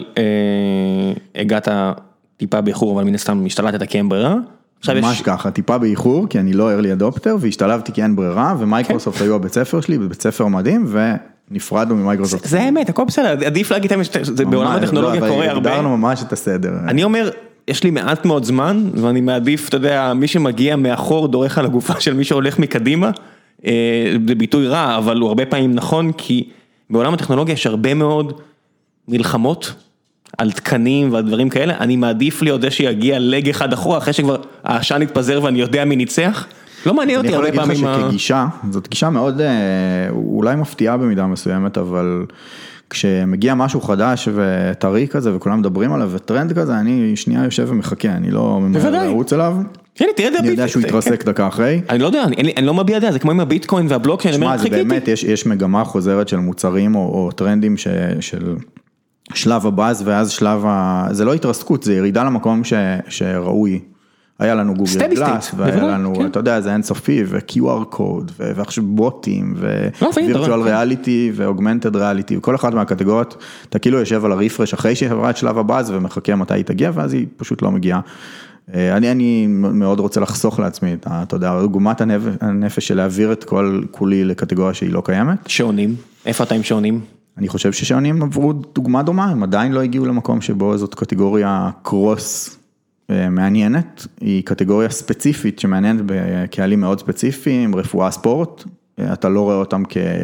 הגעת טיפה באיחור, אבל מן הסתם השתלטת כי אין ברירה. ממש ככה, טיפה באיחור, כי אני לא early adopter, והשתלבתי כי אין ברירה, ומייקרוסופט היו הבית ספר שלי, בבית ספר מדהים, ונפרדנו ממייקרוסופט. זה האמת, הכל בסדר, עדיף להגיד, זה בעולם הטכנולוגיה קורה הרבה. הגדרנו ממש את הסדר. אני אומר, יש לי מעט מאוד זמן, ואני מעדיף, אתה יודע, מי שמגיע מאחור דורך על הגופה של מי שהולך מקדימה, זה ביטוי רע, אבל הוא הרבה פעמים נכון, כי בעולם הטכנולוגיה יש הרבה מאוד מלחמות, על תקנים ועל דברים כאלה, אני מעדיף להיות זה שיגיע לג אחד אחורה, אחרי שכבר העשן התפזר ואני יודע מי ניצח, לא מעניין אותי הרבה פעמים. אני יכול להגיד לך שכגישה, זאת גישה מאוד, אולי מפתיעה במידה מסוימת, אבל כשמגיע משהו חדש וטרי כזה, וכולם מדברים עליו, וטרנד כזה, אני שנייה יושב ומחכה, אני לא ממהר לרוץ אליו. אני יודע שהוא יתרסק דקה אחרי. אני לא יודע, אני לא מביע דעה, זה כמו עם הביטקוין והבלוקצ'יין. שמע, זה באמת, יש מגמה חוזרת של מוצרים או טרנדים של שלב הבאז, ואז שלב ה... זה לא התרסקות, זה ירידה למקום ש... שראוי. היה לנו גוגל גלאס, והיה לנו, כן. אתה יודע, זה אינסופי, ו-קיו אר קוד, ועכשיו בוטים, ו-Virtual Reality, ו-Augmented Reality, וכל אחד מהקטגוריות, אתה כאילו יושב על הריפרש, אחרי שעברה את שלב הבאז, ומחכה מתי היא תגיע, ואז היא פשוט לא מגיעה. אני, אני מאוד רוצה לחסוך לעצמי, אתה יודע, גומת הנפש של להעביר את כל כולי לקטגוריה שהיא לא קיימת. שעונים? איפה אתה עם שעונים? אני חושב ששעונים עברו דוגמה דומה, הם עדיין לא הגיעו למקום שבו זאת קטגוריה קרוס מעניינת, היא קטגוריה ספציפית שמעניינת בקהלים מאוד ספציפיים, רפואה ספורט, אתה לא רואה אותם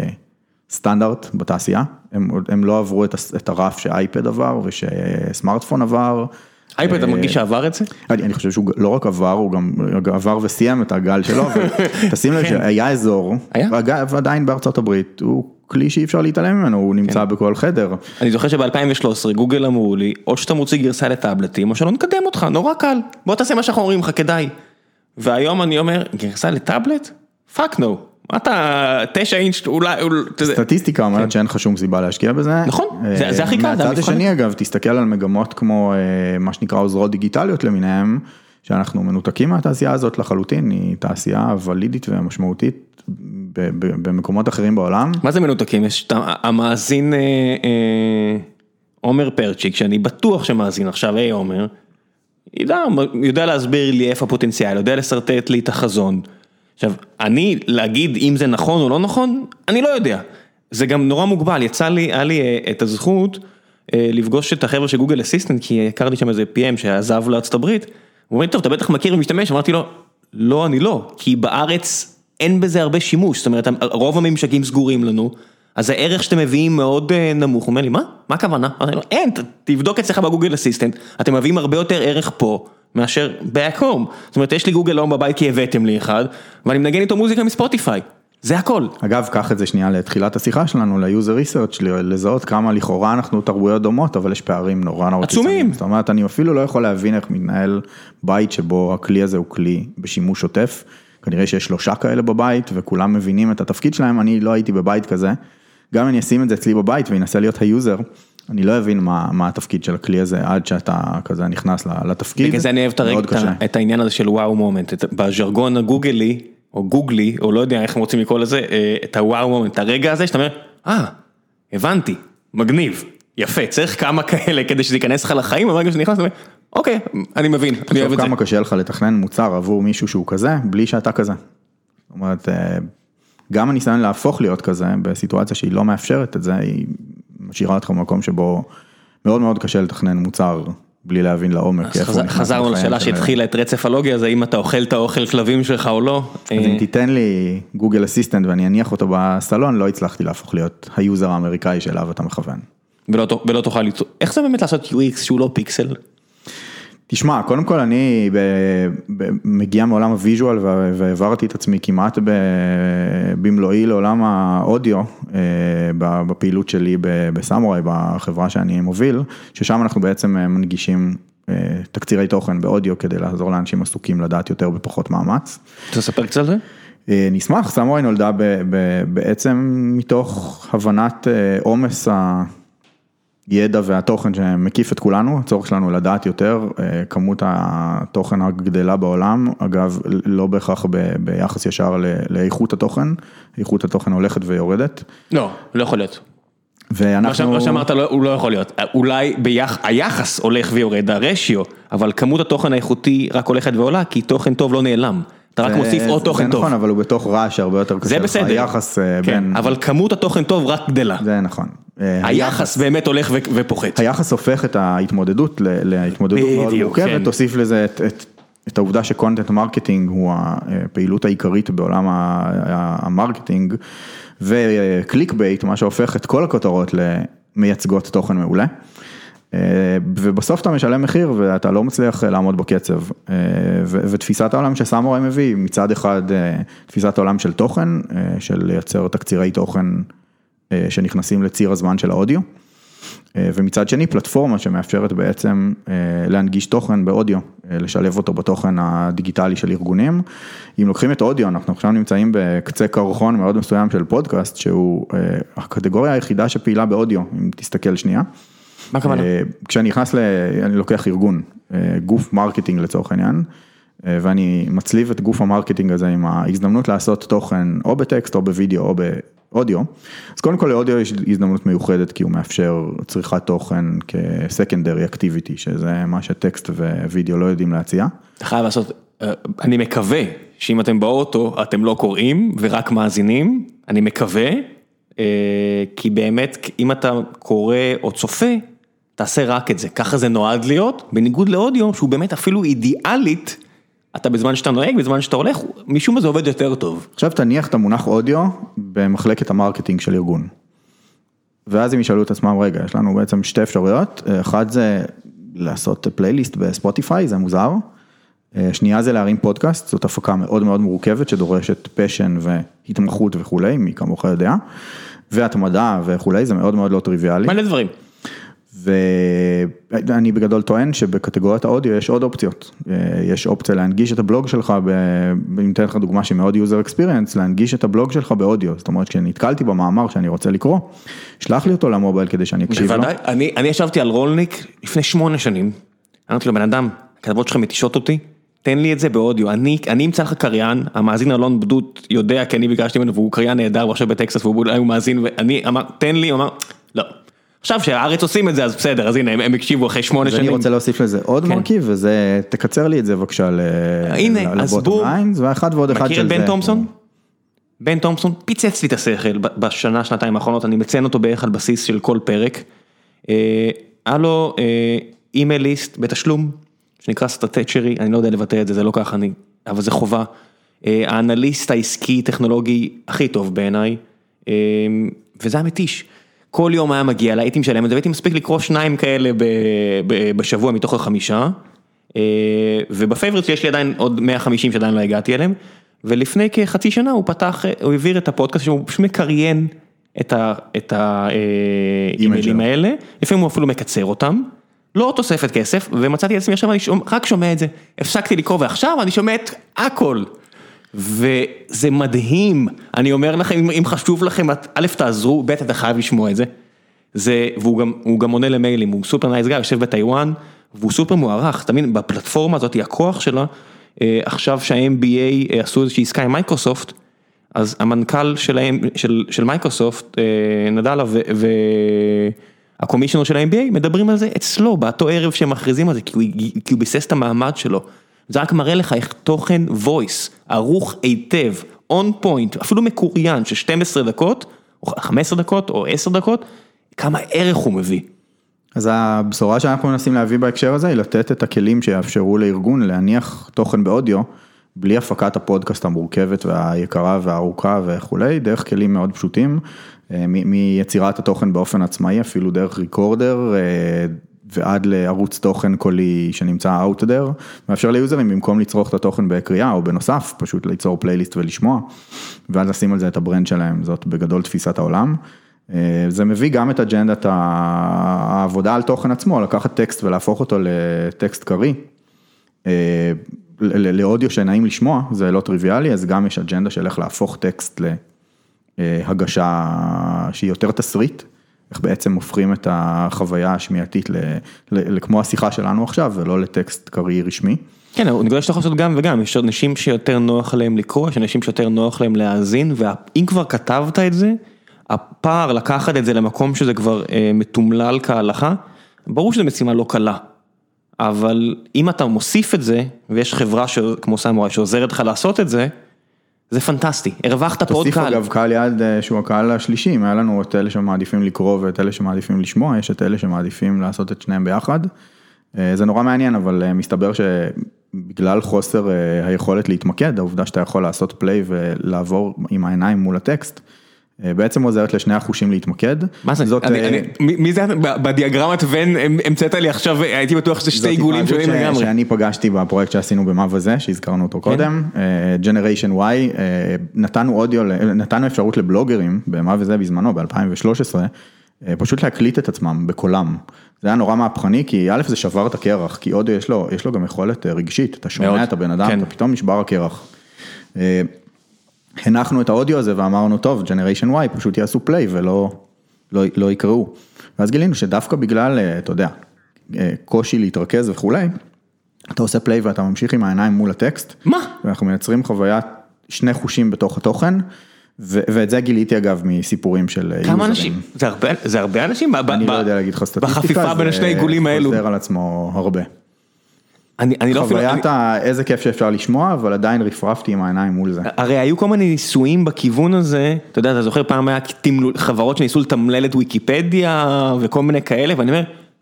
כסטנדרט בתעשייה, הם, הם לא עברו את, את הרף שאייפד עבר ושסמארטפון עבר. אייפד, אתה מרגיש שעבר את זה? אני, אני חושב שהוא לא רק עבר, הוא גם עבר וסיים את הגל שלו, ותשים לב שהיה אזור, ועדיין בארצות הברית, הוא כלי שאי אפשר להתעלם ממנו, הוא נמצא בכל חדר. אני זוכר שב-אלפיים ושלוש עשרה גוגל אמרו לי, או שאתה מוציא גרסה לטאבלטים, או שלא נקדם אותך, נורא קל, בוא תעשה מה שאנחנו אומרים לך, כדאי. והיום אני אומר, גרסה לטאבלט? פאק נו. אתה תשע אינץ' אולי... סטטיסטיקה אומרת שאין לך שום סיבה להשקיע בזה. נכון, זה הכי קל. מהצד השני אגב, תסתכל על מגמות כמו מה שנקרא עוזרות דיגיטליות למיניהם, שאנחנו מנותקים מהתעשייה הזאת לחלוטין, היא תעשייה ולידית ומשמעותית במקומות אחרים בעולם. מה זה מנותקים? יש המאזין עומר פרצ'יק, שאני בטוח שמאזין עכשיו, היי עומר, יודע להסביר לי איפה הפוטנציאל, יודע לסרטט לי את החזון. עכשיו, אני להגיד אם זה נכון או לא נכון, אני לא יודע. זה גם נורא מוגבל, יצא לי, היה לי את הזכות לפגוש את החבר'ה של גוגל אסיסטנט, כי הכרתי שם איזה פי אם שעזב לארצות הברית, הוא אומר, טוב, אתה בטח מכיר ומשתמש, אמרתי לו, לא, אני לא, כי בארץ אין בזה הרבה שימוש, זאת אומרת, רוב הממשקים סגורים לנו, אז הערך שאתם מביאים מאוד נמוך, הוא אומר לי, מה? מה הכוונה? אמרתי לו, אין, תבדוק אצלך בגוגל אסיסטנט, אתם מביאים הרבה יותר ערך פה, מאשר back home. זאת אומרת, יש לי גוגל הום בבית כי הבאתם לי אחד, ואני מנגן איתו מוזיקה מספוטיפיי. זה הכל. אגב, קח את זה שנייה לתחילת השיחה שלנו, ל-user research, לזהות כמה לכאורה אנחנו תרבויות דומות, אבל יש פערים נורא נורא עצומים. זאת אומרת, אני אפילו לא יכול להבין איך מתנהל בית שבו הכלי הזה הוא כלי בשימוש שוטף. כנראה שיש שלושה כאלה בבית, וכולם מבינים את התפקיד שלהם. אני לא הייתי בבית כזה. גם אני אשים את זה אצלי בבית, וינסה להיות היוזר. אני לא אבין מה, מה התפקיד של הכלי הזה, עד שאתה כזה נכנס לתפקיד. בגלל זה אני אוהב את העניין הזה של וואו מומנט, בז'רגון הגוגלי, או גוגלי, או לא יודע איך הם רוצים לקרוא לזה, את הוואו מומנט, את הרגע הזה, שאתה אומר, אה, הבנתי, מגניב, יפה, צריך כמה כאלה כדי שזה ייכנס לך לחיים, אבל רגע שנכנס, אתה אומר, אוקיי, אני מבין, אני אוהב את זה. כמה קשה לך לתכנן מוצר עבור מישהו שהוא כזה, בלי שאתה כזה. זאת אומרת, גם הניסיון להפוך להיות כזה, בסיטואציה שהיא לא מאפשרת את זה, היא משאירה אותך במקום שבו מאוד מאוד קשה לתכנן מוצר, בלי להבין לעומק. חזרנו לשאלה שהתחילה את רצף הלוגיה, זה אם אתה אוכל את האוכל כלבים שלך או לא. אז אם תיתן לי גוגל אסיסטנט ואני אניח אותו בסלון, לא הצלחתי להפוך להיות היוזר האמריקאי שאליו אתה מכוון. ולא תוכל, איך זה באמת לעשות יו אקס שהוא לא פיקסל? תשמע, קודם כל אני מגיע מעולם הוויז'ואל והעברתי את עצמי כמעט במלואי לעולם האודיו בפעילות שלי בסמוראי, בחברה שאני מוביל, ששם אנחנו בעצם מנגישים תקצירי תוכן באודיו כדי לעזור לאנשים עסוקים לדעת יותר בפחות מאמץ. תספר קצת על זה? נשמח, סמוראי נולדה בעצם מתוך הבנת עומס ה... ידע והתוכן שמקיף את כולנו, הצורך שלנו לדעת יותר, כמות התוכן הגדלה בעולם, אגב, לא בהכרח ב, ביחס ישר לאיכות התוכן, איכות התוכן הולכת ויורדת. לא, לא יכול להיות. ואנחנו... מה שאמרת, הוא לא יכול להיות, אולי היחס הולך ויורד, הרשיו, אבל כמות התוכן האיכותי רק הולכת ועולה, כי תוכן טוב לא נעלם. אתה רק מוסיף עוד תוכן טוב. זה נכון, אבל הוא בתוך רעש הרבה יותר קשה. זה בסדר. היחס בין... אבל כמות התוכן טוב רק גדלה. זה נכון. היחס באמת הולך ופוחת. היחס הופך את ההתמודדות להתמודדות מאוד מורכבת, תוסיף לזה את העובדה שקונטנט מרקטינג הוא הפעילות העיקרית בעולם המרקטינג, וקליק בייט, מה שהופך את כל הכותרות למייצגות תוכן מעולה. ובסוף אתה משלם מחיר ואתה לא מצליח לעמוד בקצב, ותפיסת העולם שסמוראי מביא, מצד אחד תפיסת העולם של תוכן, של לייצר תקצירי תוכן שנכנסים לציר הזמן של האודיו, ומצד שני פלטפורמה שמאפשרת בעצם להנגיש תוכן באודיו, לשלב אותו בתוכן הדיגיטלי של ארגונים. אם לוקחים את אודיו, אנחנו עכשיו נמצאים בקצה קרחון מאוד מסוים של פודקאסט, שהוא הקטגוריה היחידה שפעילה באודיו, אם תסתכל שנייה. מה הכוונה? כשאני נכנס ל... אני לוקח ארגון, גוף מרקטינג לצורך העניין, ואני מצליב את גוף המרקטינג הזה עם ההזדמנות לעשות תוכן או בטקסט או בווידאו או באודיו. אז קודם כל לאודיו יש הזדמנות מיוחדת, כי הוא מאפשר צריכת תוכן כ-secondary activity, שזה מה שטקסט ווידאו לא יודעים להציע. אתה חייב לעשות, אני מקווה שאם אתם באוטו, אתם לא קוראים ורק מאזינים, אני מקווה, כי באמת אם אתה קורא או צופה, תעשה רק את זה, ככה זה נועד להיות, בניגוד לאודיו, שהוא באמת אפילו אידיאלית, אתה בזמן שאתה נוהג, בזמן שאתה הולך, משום מה זה עובד יותר טוב. עכשיו תניח את המונח אודיו, במחלקת המרקטינג של ארגון. ואז הם ישאלו את עצמם, רגע, יש לנו בעצם שתי אפשרויות, אחד זה לעשות פלייליסט בספוטיפיי, זה מוזר, שנייה זה להרים פודקאסט, זאת הפקה מאוד מאוד מורכבת, שדורשת פשן והתמחות וכולי, מי כמוך יודע, והתמדה וכולי, זה מאוד מאוד לא טריוויאלי. מלא דברים. ואני בגדול טוען שבקטגוריית האודיו יש עוד אופציות, יש אופציה להנגיש את הבלוג שלך, אם אתן לך דוגמה שמאוד user experience, להנגיש את הבלוג שלך באודיו, זאת אומרת כשנתקלתי במאמר שאני רוצה לקרוא, שלח לי אותו למובייל כדי שאני אקשיב לו. בוודאי, אני, אני ישבתי על רולניק לפני שמונה שנים, אמרתי לו בן אדם, הכתבות שלך מתישות אותי, תן לי את זה באודיו, אני, אני אמצא לך קריין, המאזין אלון בדות יודע, כי אני ביקשתי ממנו, והוא קריין נהדר, ועכשיו בטקסס, והוא מאזין, ואני אמר, תן לי, הוא אמר, לא. עכשיו שהארץ עושים את זה, אז בסדר, אז הנה, הם, הם הקשיבו אחרי שמונה שנים. אני רוצה להוסיף לזה עוד מרכיב, וזה, תקצר לי את זה בבקשה לבוטום ליינס, ואחד ועוד אחד של זה. מכיר את בן תומפסון? בן תומפסון פיצץ לי את השכל בשנה, שנתיים האחרונות, אני מציין אותו בערך על בסיס של כל פרק. היה לו אימייל ליסט בתשלום, שנקרא סטאטצ'רי, אני לא יודע לבטא את זה, זה לא ככה, אני, אבל זה חובה. האנליסט העסקי, טכנולוגי, הכי טוב בעיניי, וזה המתיש. כל יום היה מגיע לה, הייתי משלם את זה, והייתי מספיק לקרוא שניים כאלה בשבוע מתוך החמישה, ובפייבריט שיש לי עדיין עוד מאה וחמישים שעדיין לא הגעתי אליהם, ולפני כחצי שנה הוא פתח, הוא העביר את הפודקאסט, שהוא פשוט מקריין את האימיילים האלה, לפעמים הוא אפילו מקצר אותם, לא תוספת כסף, ומצאתי את עצמי עכשיו, אני רק שומע את זה, הפסקתי לקרוא, ועכשיו אני שומע את הכל, וזה מדהים, אני אומר לכם, אם חשוב לכם, א' תעזרו, ב' אתה חייב לשמוע את זה, זה, והוא גם, הוא גם עונה למיילים, הוא סופר נייס גאי, יושב בטיואן, והוא סופר מוערך, תמיד בפלטפורמה הזאת, הכוח שלה, עכשיו שה-אם בי איי עשו איזושהי עסקה עם מייקרוסופט, אז המנכ"ל שלהם, של, של מייקרוסופט, נדלה, ו, והקומישיונר של ה-אם בי איי, מדברים על זה אצלו, באותו ערב שהם מכריזים על זה, כי הוא, כי הוא ביסס את המעמד שלו, זה רק מראה לך איך תוכן voice, ערוך היטב, on point, אפילו מקוריין של שתים עשרה דקות, או חמש עשרה דקות, או עשר דקות, כמה ערך הוא מביא. אז הבשורה שאנחנו מנסים להביא בהקשר הזה, היא לתת את הכלים שיאפשרו לארגון להניח תוכן באודיו, בלי הפקת הפודקאסט המורכבת והיקרה והארוכה וכולי, דרך כלים מאוד פשוטים, מיצירת התוכן באופן עצמאי, אפילו דרך ריקורדר, ועד לערוץ תוכן קולי שנמצא out there, מאפשר ליוזרים במקום לצרוך את התוכן בקריאה או בנוסף, פשוט ליצור פלייליסט ולשמוע, ואז לשים על זה את הברנד שלהם, זאת בגדול תפיסת העולם. זה מביא גם את אג'נדת העבודה על תוכן עצמו, לקחת טקסט ולהפוך אותו לטקסט קרי, לאודיו שנעים לשמוע, זה לא טריוויאלי, אז גם יש אג'נדה של איך להפוך טקסט להגשה שהיא יותר תסריט, איך בעצם הופכים את החוויה השמיעתית לכמו השיחה שלנו עכשיו, ולא לטקסט קרי רשמי. כן, אני חושב שאתה יכול לעשות גם וגם, יש אנשים שיותר נוח להם לקרוא, יש אנשים שיותר נוח להם להאזין, ואם כבר כתבת את זה, הפער לקחת את זה למקום שזה כבר מתומלל כהלכה, ברור שזו משימה לא קלה, אבל אם אתה מוסיף את זה, ויש חברה כמו סמוראי שעוזרת לך לעשות את זה, זה פנטסטי, הרווחת פה עוד קהל. תוסיף אגב קהל יעד שהוא הקהל השלישי, היה לנו את אלה שמעדיפים לקרוא ואת אלה שמעדיפים לשמוע, יש את אלה שמעדיפים לעשות את שניהם ביחד, זה נורא מעניין, אבל מסתבר שבגלל חוסר היכולת להתמקד, העובדה שאתה יכול לעשות פליי ולעבור עם העיניים מול הטקסט, בעצם עוזרת לשני החושים להתמקד. מה זה? מי זה? בדיאגרמת ון המצאת לי עכשיו, הייתי בטוח שזה שתי עיגולים שונים לגמרי. זאת התנהגות שאני פגשתי בפרויקט שעשינו במה וזה, שהזכרנו אותו קודם, Generation Y, נתנו אודיו, נתנו אפשרות לבלוגרים, במה וזה בזמנו, ב-אלפיים ושלוש עשרה, פשוט להקליט את עצמם בקולם. זה היה נורא מהפכני, כי א' זה שבר את הקרח, כי אודיו יש לו, יש לו גם יכולת רגשית, אתה שומע את הבן אדם, אתה פתאום נשבר הקרח. הנחנו את האודיו הזה ואמרנו, טוב, Generation Y, פשוט יעשו פליי ולא לא, לא יקראו. ואז גילינו שדווקא בגלל, אתה יודע, קושי להתרכז וכולי, אתה עושה פליי ואתה ממשיך עם העיניים מול הטקסט. מה? ואנחנו מייצרים חוויה, שני חושים בתוך התוכן, ו- ואת זה גיליתי אגב מסיפורים של יוזרים. כמה אנשים? זה הרבה, זה הרבה אנשים? אני ב- לא יודע להגיד לך סטטיסטיקה. בחפיפה בין השני עיגולים האלו. חוזר על עצמו הרבה. אני, אני לא חוויית ה... איזה כיף שאפשר לשמוע, אבל עדיין רפרפתי עם העיניים מול זה. הרי היו כל מיני ניסויים בכיוון הזה, אתה יודע, אתה זוכר פעם היה חברות שניסו לתמלל את ויקיפדיה וכל מיני כאלה, ואני אומר,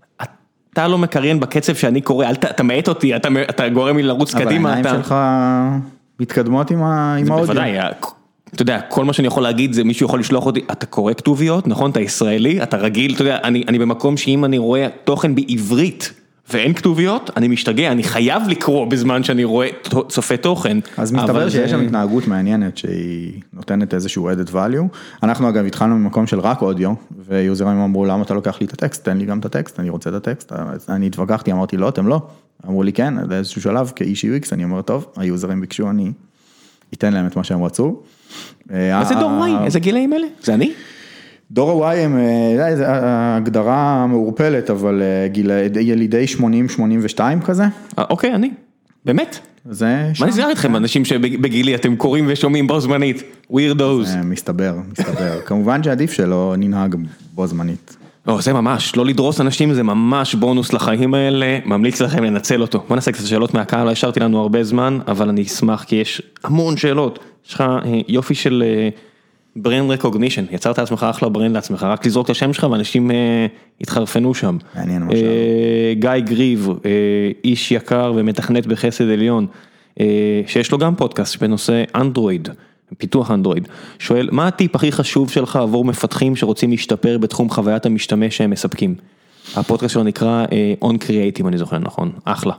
אתה לא מקריין בקצב שאני קורא, אל ת, אתה מעט אותי, אתה, אתה גורם לי לרוץ אבל קדימה. אבל העיניים אתה... שלך מתקדמות עם, ה... עם האודיו. בוודאי, אתה יודע, כל מה שאני יכול להגיד זה מישהו יכול לשלוח אותי, אתה קורא כתוביות, נכון, אתה ישראלי, אתה רגיל, אתה יודע, אני, אני במקום שאם אני רואה תוכן בעברית, ואין כתוביות, אני משתגע, אני חייב לקרוא בזמן שאני רואה, צופה תוכן. אז מסתבר שיש שם התנהגות מעניינת שהיא נותנת איזשהו added value. אנחנו אגב התחלנו ממקום של רק אודיו, ויוזרים אמרו, למה אתה לוקח לי את הטקסט? תן לי גם את הטקסט, אני רוצה את הטקסט. אני התווכחתי, אמרתי, לא, אתם לא. אמרו לי, כן, באיזשהו שלב, כאיש יו אקס, אני אומר, טוב, היוזרים ביקשו, אני אתן להם את מה שהם רצו. איזה דור וואי? איזה גילאים אלה? זה אני? דור ה-Y הם, זה הגדרה מעורפלת, אבל ילידי שמונים שמונים ושתיים כזה. אוקיי, אני. באמת? זה מה נסגר איתכם, אנשים שבגילי אתם קוראים ושומעים בו זמנית? weirdos. מסתבר, מסתבר. כמובן שעדיף שלא ננהג בו זמנית. לא, זה ממש, לא לדרוס אנשים, זה ממש בונוס לחיים האלה, ממליץ לכם לנצל אותו. בוא נעשה קצת שאלות מהקהל, לא השארתי לנו הרבה זמן, אבל אני אשמח כי יש המון שאלות. יש לך יופי של ברנד רקוגנישן, יצרת לעצמך אחלה ברנד לעצמך, רק לזרוק את השם שלך ואנשים התחרפנו שם. מעניין משהו. גיא גריב, איש יקר ומתכנת בחסד עליון, שיש לו גם פודקאסט בנושא אנדרואיד, פיתוח אנדרואיד, שואל, מה הטיפ הכי חשוב שלך עבור מפתחים שרוצים להשתפר בתחום חוויית המשתמש שהם מספקים? הפודקאסט שלו נקרא On Create, אם אני זוכר נכון, אחלה.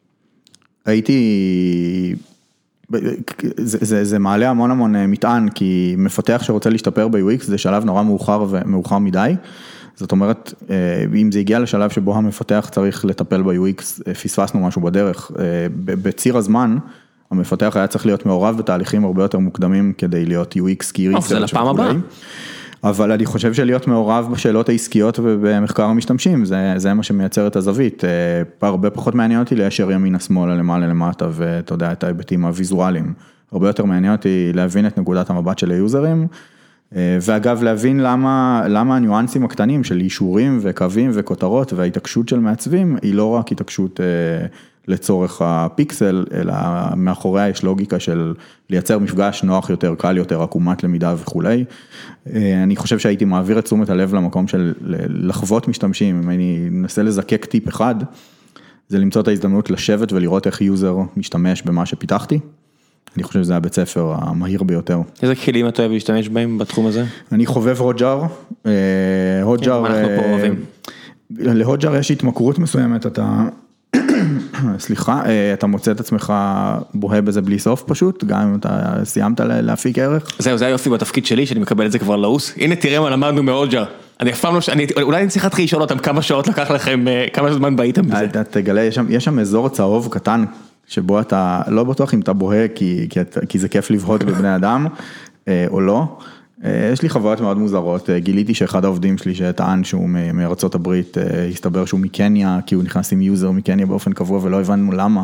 הייתי, זה, זה, זה מעלה המון המון מטען, כי מפתח שרוצה להשתפר ב-יו אקס זה שלב נורא מאוחר ומאוחר מדי, זאת אומרת, אם זה הגיע לשלב שבו המפתח צריך לטפל ב-יו אקס, פספסנו משהו בדרך, בציר הזמן, המפתח היה צריך להיות מעורב בתהליכים הרבה יותר מוקדמים כדי להיות יו אקס קי ריסרצ' זה לפעם הבאה. אבל אני חושב שלהיות מעורב בשאלות העסקיות ובמחקר המשתמשים, זה, זה מה שמייצר את הזווית. הרבה פחות מעניין אותי ליישר ימינה שמאלה למעלה למטה, ואתה יודע את ההיבטים הוויזואליים. הרבה יותר מעניין אותי להבין את נקודת המבט של היוזרים, ואגב להבין למה, למה הניואנסים הקטנים של אישורים וקווים וכותרות וההתעקשות של מעצבים, היא לא רק התעקשות לצורך הפיקסל, אלא מאחוריה יש לוגיקה של לייצר מפגש נוח יותר, קל יותר, עקומת למידה וכולי. אני חושב שהייתי מעביר את תשומת הלב למקום של לחוות משתמשים, אם אני אנסה לזקק טיפ אחד, זה למצוא את ההזדמנות לשבת ולראות איך יוזר משתמש במה שפיתחתי. אני חושב שזה הבית ספר המהיר ביותר. איזה כלים אתה אוהב להשתמש בהם בתחום הזה? אני חובב הודג'אר. הודג'אר, אנחנו פה אוהבים. להודג'אר יש התמכרות מסוימת, אתה... סליחה, אתה מוצא את עצמך בוהה בזה בלי סוף פשוט, גם אם אתה סיימת להפיק ערך. זהו, זה היופי בתפקיד שלי, שאני מקבל את זה כבר לעוס. הנה תראה מה למדנו מהודג'אר. אני אף פעם לא, אולי אני צריך להתחיל לשאול אותם כמה שעות לקח לכם, כמה זמן בהיתם בזה. אתה תגלה, יש שם אזור צהוב קטן, שבו אתה לא בטוח אם אתה בוהה, כי זה כיף לבהות בבני אדם, או לא. יש לי חוויות מאוד מוזרות, גיליתי שאחד העובדים שלי שטען שהוא מארצות הברית, הסתבר שהוא מקניה, כי הוא נכנס עם יוזר מקניה באופן קבוע ולא הבנו למה.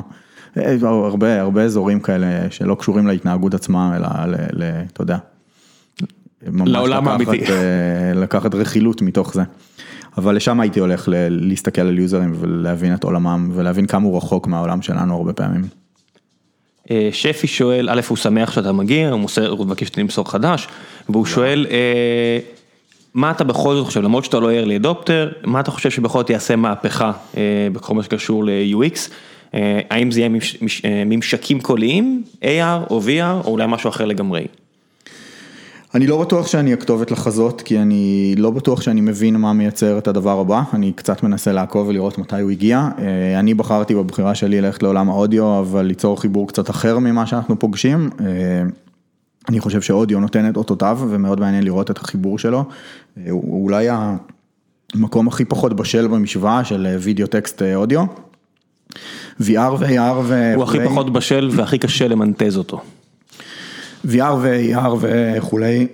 הרבה, הרבה אזורים כאלה שלא קשורים להתנהגות עצמה, אלא, אתה יודע, לעולם האמיתי. לקחת רכילות מתוך זה. אבל לשם הייתי הולך להסתכל על יוזרים ולהבין את עולמם, ולהבין כמה הוא רחוק מהעולם שלנו הרבה פעמים. שפי שואל, א' הוא שמח שאתה מגיע, הוא מבקש שתמסור חדש, והוא שואל, מה אתה בכל זאת חושב, למרות שאתה לא early adopter, מה אתה חושב שבכל זאת יעשה מהפכה בכל מה שקשור ל-יו אקס? האם זה יהיה ממשקים קוליים, איי אר או וי אר, או אולי משהו אחר לגמרי? אני לא בטוח שאני אכתובת לחזות, כי אני לא בטוח שאני מבין מה מייצר את הדבר הבא, אני קצת מנסה לעקוב ולראות מתי הוא הגיע, אני בחרתי בבחירה שלי ללכת לעולם האודיו, אבל ליצור חיבור קצת אחר ממה שאנחנו פוגשים, אני חושב שאודיו נותן את אותותיו, ומאוד מעניין לראות את החיבור שלו, הוא אולי המקום הכי פחות בשל במשוואה של וידאו טקסט אודיו, וי אר ו-איי אר ו... הוא הכי פחות בשל והכי קשה למנטז אותו. וי אר ו-איי אר וכולי,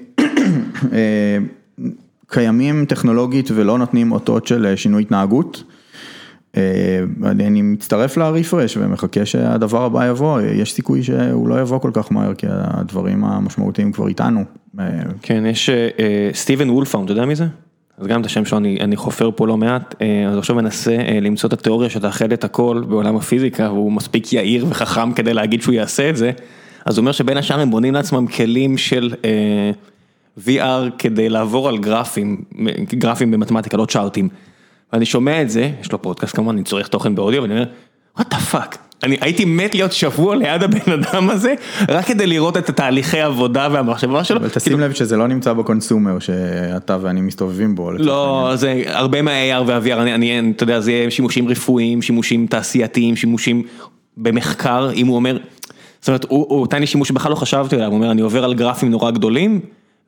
קיימים טכנולוגית ולא נותנים אותות של שינוי התנהגות. אני מצטרף לריפרש ומחכה שהדבר הבא יבוא, יש סיכוי שהוא לא יבוא כל כך מהר, כי הדברים המשמעותיים כבר איתנו. כן, יש סטיבן וולפאום, אתה יודע מי זה? אז גם את השם שלו אני חופר פה לא מעט, אז עכשיו מנסה למצוא את התיאוריה שתאחד את הכל בעולם הפיזיקה, והוא מספיק יעיר וחכם כדי להגיד שהוא יעשה את זה, אז הוא אומר שבין השאר הם בונים לעצמם כלים של וי אר כדי לעבור על גרפים, גרפים במתמטיקה, לא צ'ארטים. ואני שומע את זה, יש לו פודקאסט כמובן, אני צורך תוכן באודיו, ואני אומר, what the fuck? אני הייתי מת להיות שבוע ליד הבן אדם הזה, רק כדי לראות את התהליכי העבודה והמחשבה שלו. אבל תשים לב שזה לא נמצא בקונסומר שאתה ואני מסתובבים בו. לא, זה הרבה מה-איי אר וה-וי אר, אני, אתה יודע, זה יהיה שימושים רפואיים, שימושים תעשייתיים, שימושים במחקר, אם הוא אומר, זאת אומרת, הוא, הוא אותה שימוש שבכלל לא חשבתי עליו, הוא אומר, אני עובר על גרפים נורא גדולים,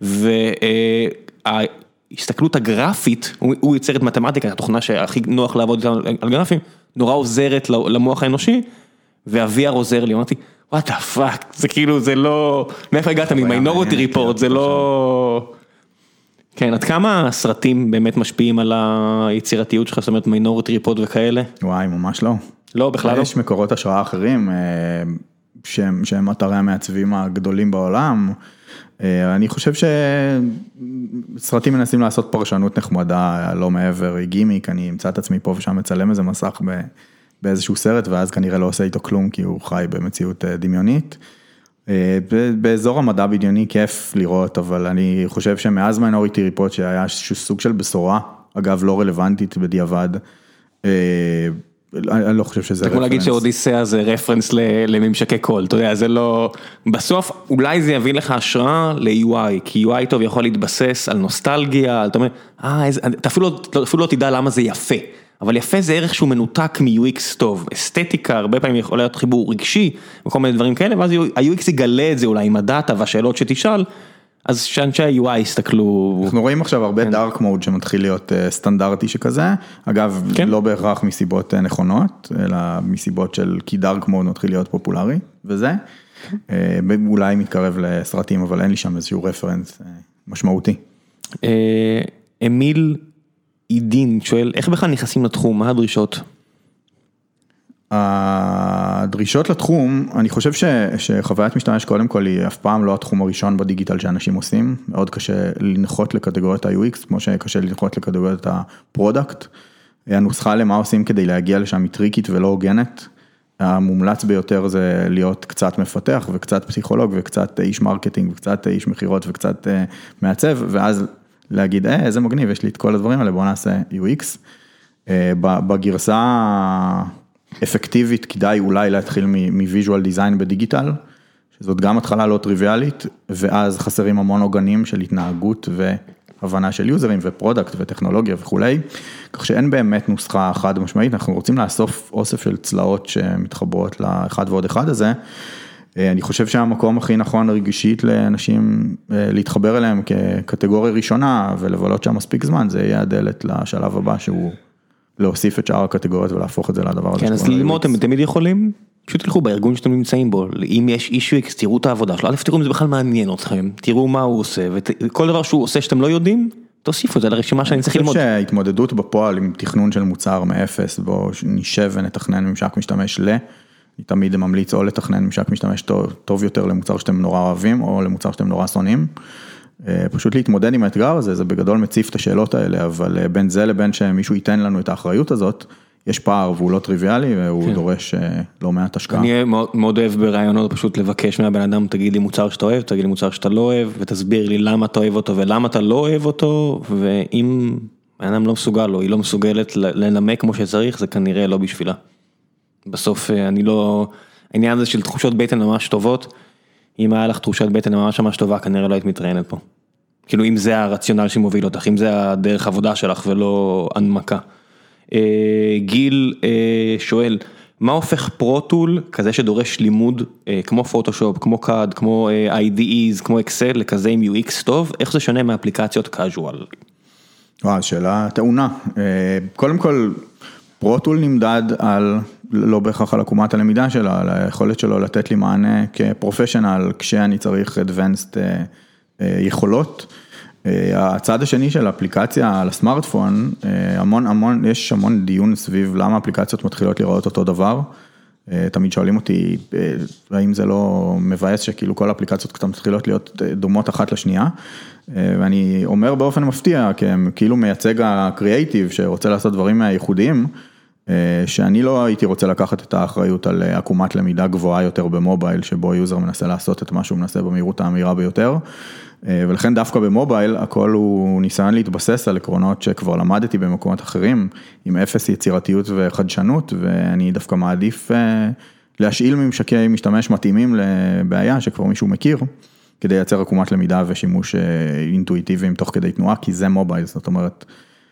וההסתכלות הגרפית, הוא, הוא יוצר את מתמטיקה, התוכנה שהכי נוח לעבוד על, על גרפים, נורא עוזרת למוח האנושי, וה-וי אר עוזר לי, אמרתי, what the fuck, זה כאילו, זה לא, מאיפה הגעת מ-Minority Report, זה לא, כן, עד כמה הסרטים באמת משפיעים על היצירתיות שלך, זאת אומרת, Minority Report וכאלה? וואי, ממש לא. לא, בכלל לא. יש מקורות השראה אחרים, שהם, שהם אתרי המעצבים הגדולים בעולם, אני חושב שסרטים מנסים לעשות פרשנות נחמדה, לא מעבר, גימיק, אני אמצא את עצמי פה ושם מצלם איזה מסך באיזשהו סרט, ואז כנראה לא עושה איתו כלום, כי הוא חי במציאות דמיונית. באזור המדע בדיוני כיף לראות, אבל אני חושב שמאז מיינוריטי ריפורט, שהיה סוג של בשורה, אגב לא רלוונטית בדיעבד, אני לא חושב שזה רפרנס. אתה יכול להגיד שאודיסאה זה רפרנס לממשקי קול, אתה יודע, זה לא, בסוף אולי זה יביא לך השראה ל-יו איי, כי יו איי טוב יכול להתבסס על נוסטלגיה, אתה אומר, אה, אתה אפילו לא תדע למה זה יפה, אבל יפה זה ערך שהוא מנותק מ-יו אקס טוב, אסתטיקה, הרבה פעמים יכול להיות חיבור רגשי, וכל מיני דברים כאלה, ואז ה-יו אקס יגלה את זה אולי עם הדאטה והשאלות שתשאל, אז שאנשי ה-יו איי יסתכלו. אנחנו רואים עכשיו הרבה דארק מוד שמתחיל להיות סטנדרטי שכזה, אגב, לא בהכרח מסיבות נכונות, אלא מסיבות של כי דארק מוד מתחיל להיות פופולרי, וזה, אולי מתקרב לסרטים, אבל אין לי שם איזשהו רפרנס משמעותי. אמיל עידין שואל, איך בכלל נכנסים לתחום, מה הדרישות? הדרישות לתחום, אני חושב ש, שחוויית משתמש קודם כל היא אף פעם לא התחום הראשון בדיגיטל שאנשים עושים, מאוד קשה לנחות לקטגוריית ה-יו אקס, כמו שקשה לנחות לקטגוריית הפרודקט, הנוסחה למה עושים כדי להגיע לשם היא טריקית ולא הוגנת, המומלץ ביותר זה להיות קצת מפתח וקצת פסיכולוג וקצת איש מרקטינג וקצת איש מחירות וקצת מעצב, ואז להגיד, אה, איזה מגניב, יש לי את כל הדברים האלה, בואו נעשה יו אקס, בגרסה אפקטיבית, כדאי אולי להתחיל מ-Visual Design בדיגיטל, שזאת גם התחלה לא טריוויאלית, ואז חסרים המון עוגנים של התנהגות והבנה של יוזרים ופרודקט וטכנולוגיה וכולי, כך שאין באמת נוסחה חד משמעית, אנחנו רוצים לאסוף אוסף של צלעות שמתחברות לאחד ועוד אחד הזה, אני חושב שהמקום הכי נכון רגשית לאנשים להתחבר אליהם כקטגוריה ראשונה, ולבלות שם מספיק זמן, זה יהיה הדלת לשלב הבא שהוא להוסיף את שאר הקטגוריות ולהפוך את זה לדבר הזה. כן, אז ללמוד אתם תמיד יכולים, פשוט תלכו בארגון שאתם נמצאים בו, אם יש איש יו אקס, תראו את העבודה שלו, א' תראו אם זה בכלל מעניין אתכם, תראו מה הוא עושה, וכל דבר שהוא עושה שאתם לא יודעים, תוסיפו את זה לרשימה שאני צריך ללמוד. אני חושב שההתמודדות בפועל עם תכנון של מוצר מאפס, בו נשב ונתכנן ממשק משתמש ל, אני תמיד ממליץ או לתכנן ממשק משתמש טוב יותר למוצר שאתם נורא אוהבים, או למוצר שאתם נורא שונאים, פשוט להתמודד עם האתגר הזה, זה בגדול מציף את השאלות האלה, אבל בין זה לבין שמישהו ייתן לנו את האחריות הזאת, יש פער והוא לא טריוויאלי, והוא כן. דורש לא מעט השקעה. אני מאוד, מאוד אוהב ברעיונות פשוט לבקש מהבן אדם, תגיד לי מוצר שאתה אוהב, תגיד לי מוצר שאתה לא אוהב, ותסביר לי למה אתה אוהב אותו ולמה אתה לא אוהב אותו, ואם בן אדם לא מסוגל לו, היא לא מסוגלת לנמק כמו שצריך, זה כנראה לא בשבילה. בסוף אני לא, העניין הזה של תחושות בטן ממש טובות, אם היה לך תחושת בטן ממש ממש טובה, כנראה לא היית מתראיינת פה. כאילו אם זה הרציונל שמוביל אותך, אם זה הדרך עבודה שלך ולא הנמקה. גיל שואל, מה הופך פרוטול כזה שדורש לימוד כמו פוטושופ, כמו קאד, כמו איי די איז, כמו אקסל, לכזה עם יו אקס טוב, איך זה שונה מאפליקציות קאז'ואל? וואו, שאלה טעונה. קודם כל, פרוטול נמדד על, לא בהכרח על עקומת הלמידה שלה, על היכולת שלו לתת לי מענה כפרופשנל, כשאני צריך advanced יכולות. הצד השני של האפליקציה על הסמארטפון, המון המון, יש המון דיון סביב למה האפליקציות מתחילות לראות אותו דבר. תמיד שואלים אותי, האם זה לא מבאס שכאילו כל האפליקציות מתחילות להיות דומות אחת לשנייה, ואני אומר באופן מפתיע, כאילו מייצג הקריאייטיב שרוצה לעשות דברים ייחודיים, שאני לא הייתי רוצה לקחת את האחריות על עקומת למידה גבוהה יותר במובייל, שבו יוזר מנסה לעשות את מה שהוא מנסה במהירות המהירה ביותר, ולכן דווקא במובייל, הכל הוא ניסיון להתבסס על עקרונות שכבר למדתי במקומות אחרים, עם אפס יצירתיות וחדשנות, ואני דווקא מעדיף להשאיל ממשקי משתמש מתאימים לבעיה שכבר מישהו מכיר, כדי לייצר עקומת למידה ושימוש אינטואיטיביים תוך כדי תנועה, כי זה מובייל, זאת אומרת,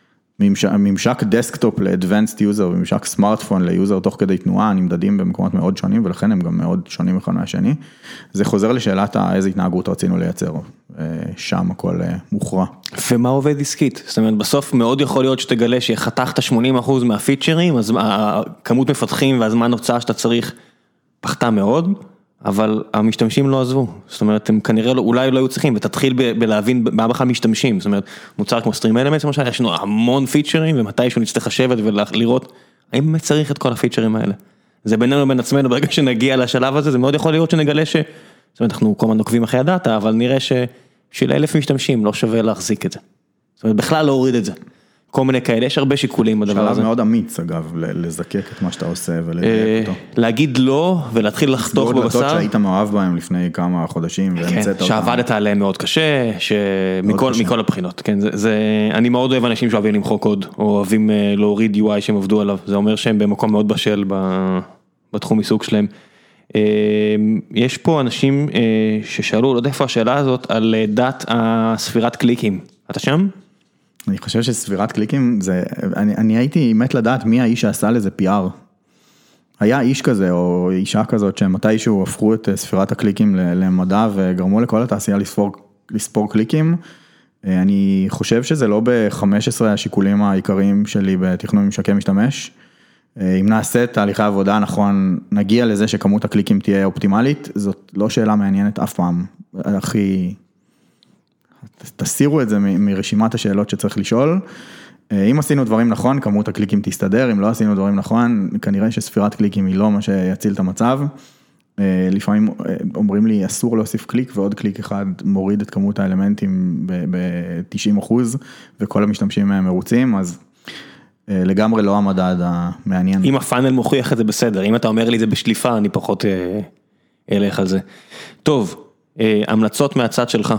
ממשק דסקטופ ל-advanced user וממשק סמארטפון ליוזר תוך כדי תנועה, נמדדים במקומות מאוד שונים, ולכן הם גם מאוד שונים אחד מהשני. זה חוזר לשאלת איזה התנהגות רצינו לייצר, שם הכל מוכרע. ומה עובד עסקית? זאת אומרת, בסוף מאוד יכול להיות שתגלה שחתכת שמונים אחוז מהפיצ'רים, אז הכמות מפתחים והזמן הוצאה שאתה צריך פחתה מאוד, אבל המשתמשים לא עזבו, זאת אומרת, הם כנראה אולי לא היו צריכים, ותתחיל בלהבין מה בכלל משתמשים, זאת אומרת, מוצר כמו סטרים אלמנטס, למשל, יש לנו המון פיצ'רים, ומתישהו נצטרך לשבת ולראות, האם באמת צריך את כל הפיצ'רים האלה? זה בינינו ובין עצמנו, ברגע שנגיע לשלב הזה, זה מאוד יכול להיות שנגלה ש, זאת אומרת, אנחנו כל הזמן נוקבים אחרי הדאטה, אבל נראה ששל אלף משתמשים לא שווה להחזיק את זה. זאת אומרת, בכלל לא הוריד את זה. כל מיני כאלה, יש הרבה שיקולים בדבר הזה. שלב מאוד אמיץ, אגב, לזקק את מה שאתה עושה ולדייק אותו. להגיד לא, ולהתחיל לחתוך בבשר. סגור דלתות שהיית מאוהב בהם לפני כמה חודשים, כן, שעבדת עליהם מאוד קשה, מכל הבחינות. אני מאוד אוהב אנשים שאוהבים למחוק קוד, או אוהבים להוריד יו איי שהם עבדו עליו. זה אומר שהם במקום מאוד בשל בתחום עיסוק שלהם. יש פה אנשים ששאלו, לא יודע איפה השאלה הזאת, על דת הספירת קליקים. אתה שם? אני חושב שספירת קליקים, זה, אני, אני הייתי מת לדעת מי האיש שעשה לזה פי אר. היה איש כזה, או אישה כזאת, שמתישהו הפכו את ספירת הקליקים למדע, וגרמו לכל התעשייה לספור, לספור קליקים. אני חושב שזה לא ב-חמישה עשר השיקולים העיקריים שלי בתכנון ממשקי משתמש. אם נעשה את תהליכי העבודה נכון, נגיע לזה שכמות הקליקים תהיה אופטימלית, זאת לא שאלה מעניינת אף פעם. הכי... תסירו את זה מרשימת השאלות שצריך לשאול. אם עשינו דברים נכון, כמות הקליקים תסתדר, אם לא עשינו דברים נכון, כנראה שספירת קליקים היא לא מה שיציל את המצב. לפעמים אומרים לי, אסור להוסיף קליק, ועוד קליק אחד מוריד את כמות האלמנטים ב-תשעים אחוז, וכל המשתמשים מרוצים, אז לגמרי לא המדד המעניין. אם הפאנל מוכיח את זה בסדר, אם אתה אומר לי את זה בשליפה, אני פחות אלך על זה. טוב, המלצות מהצד שלך.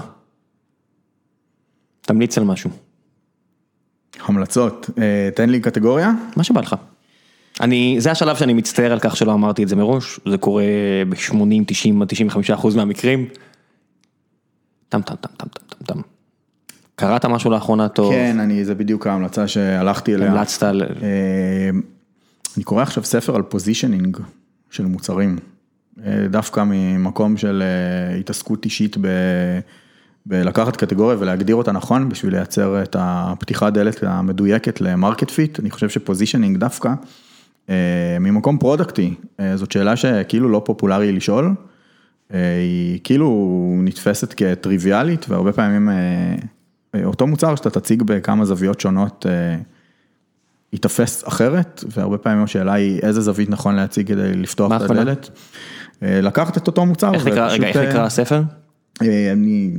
תמליץ על משהו. המלצות, תן לי קטגוריה. מה שבא לך. אני, זה השלב שאני מצטער על כך שלא אמרתי את זה מראש, זה קורה ב-שמונים, תשעים, תשעים וחמישה אחוז מהמקרים. טם, טם, טם, טם, טם, טם. קראת משהו לאחרונה טוב? כן, אני, זה בדיוק ההמלצה שהלכתי אליה. המלצת על... אני קורא עכשיו ספר על פוזישנינג של מוצרים. דווקא ממקום של התעסקות אישית ב... בלקחת קטגוריה ולהגדיר אותה נכון, בשביל לייצר את הפתיחת דלת המדויקת למרקט פיט. אני חושב שפוזישנינג דווקא, ממקום פרודקטי, זאת שאלה שכאילו לא פופולרי לשאול, היא כאילו נתפסת כטריוויאלית, והרבה פעמים אותו מוצר שאתה תציג בכמה זוויות שונות, יתפס אחרת, והרבה פעמים השאלה היא איזה זווית נכון להציג כדי לפתוח את הדלת. לקחת את אותו מוצר. איך נקרא הספר? אני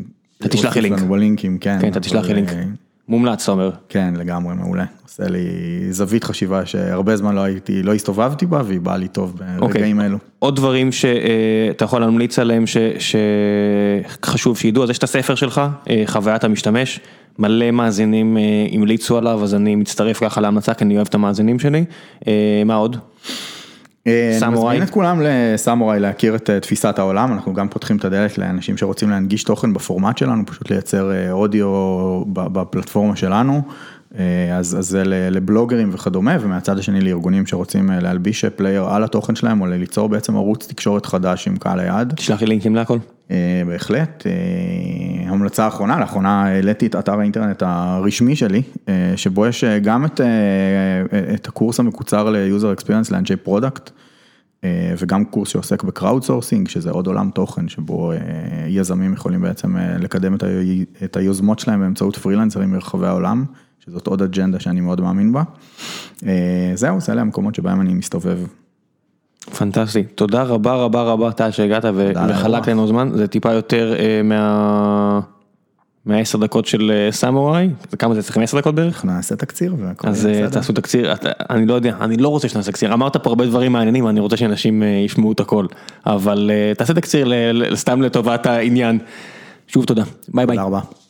אתה תשלח לי לינק. בלינקים, כן. כן, אתה תשלח לי לינק. מומלץ, אתה אומר. כן, לגמרי, מעולה. עושה לי זווית חשיבה שהרבה זמן לא הייתי, לא הסתובבתי בה, והיא באה לי טוב ברגעים האלו. עוד דברים שאתה יכול להמליץ עליהם, שחשוב שידעו, אז יש את הספר שלך, חוויית המשתמש, מלא מאזינים המליצו עליו, אז אני מצטרף ככה להמלצה, כי אני אוהב את המאזינים שלי. מה עוד? אני מזמין את כולם לסמוראי להכיר את תפיסת העולם, אנחנו גם פותחים את הדלת לאנשים שרוצים להנגיש תוכן בפורמט שלנו, פשוט לייצר אודיו בפלטפורמה שלנו, אז זה לבלוגרים וכדומה, ומהצד השני לארגונים שרוצים להלביש פלייר על התוכן שלהם, או ליצור בעצם ערוץ תקשורת חדש עם קהל היעד. תשלח לי לינקים להכל. בהחלט. המלצה האחרונה, לאחרונה העליתי את אתר האינטרנט הרשמי שלי, שבו יש גם את, את הקורס המקוצר ל-User Experience לאנשי פרודקט, וגם קורס שעוסק בקראוד סורסינג, שזה עוד עולם תוכן, שבו יזמים יכולים בעצם לקדם את היוזמות שלהם באמצעות פרילנסרים מרחבי העולם, שזאת עוד אג'נדה שאני מאוד מאמין בה. זהו, זה אלה המקומות שבהם אני מסתובב. פנטסטי, תודה רבה רבה רבה טל שהגעת וחלק לנו זמן, זה טיפה יותר מה... מהעשר דקות של סמוראי, וכמה זה צריכים עשר דקות בערך? נעשה תקציר. אז תעשו תקציר, אני לא יודע, אני לא רוצה שנעשה תקציר, אמרת פה הרבה דברים מעניינים, אני רוצה שאנשים ישמעו את הכל, אבל תעשה תקציר סתם לטובת העניין. שוב תודה, ביי ביי. תודה רבה.